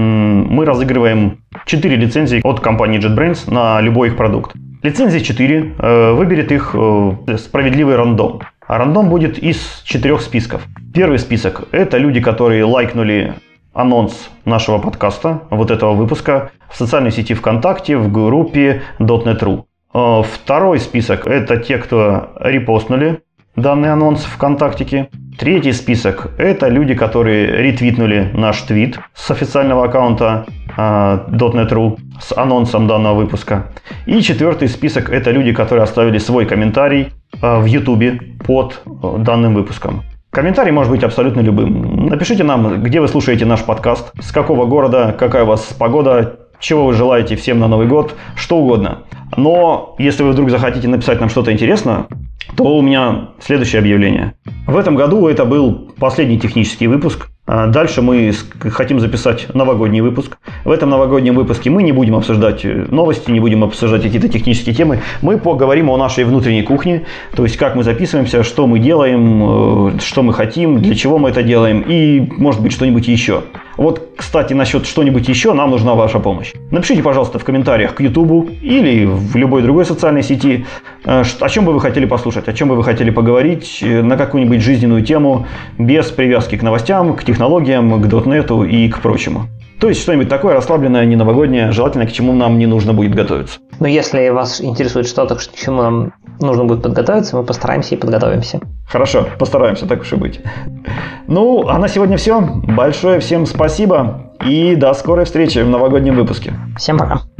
Мы разыгрываем четыре лицензии от компании JetBrains на любой их продукт. Лицензии четыре, выберет их справедливый рандом. А рандом будет из четырех списков. Первый список – это люди, которые лайкнули анонс нашего подкаста, вот этого выпуска, в социальной сети ВКонтакте, в группе .дот нет точка ру. Второй список – это те, кто репостнули данный анонс в ВКонтактике. Третий список – это люди, которые ретвитнули наш твит с официального аккаунта .дот нет точка ру с анонсом данного выпуска. И четвертый список – это люди, которые оставили свой комментарий в YouTube под данным выпуском. Комментарий может быть абсолютно любым. Напишите нам, где вы слушаете наш подкаст, с какого города, какая у вас погода, чего вы желаете всем на Новый год, что угодно. Но если вы вдруг захотите написать нам что-то интересное, то у меня следующее объявление. В этом году это был последний технический выпуск. Дальше мы хотим записать новогодний выпуск. В этом новогоднем выпуске мы не будем обсуждать новости, не будем обсуждать какие-то технические темы. Мы поговорим о нашей внутренней кухне, то есть как мы записываемся, что мы делаем, что мы хотим, для чего мы это делаем и, может быть, что-нибудь еще. Вот, кстати, насчет что-нибудь еще нам нужна ваша помощь. Напишите, пожалуйста, в комментариях к YouTube или в любой другой социальной сети, о чем бы вы хотели послушать, о чем бы вы хотели поговорить, на какую-нибудь жизненную тему, без привязки к новостям, к технологиям, к дотнету и к прочему. То есть что-нибудь такое расслабленное, не новогоднее, желательно, к чему нам не нужно будет готовиться. Ну, если вас интересует что-то, к чему нам нужно будет подготовиться, мы постараемся и подготовимся. Хорошо, постараемся, так уж и быть. Ну, а на сегодня все. Большое всем спасибо и до скорой встречи в новогоднем выпуске. Всем пока.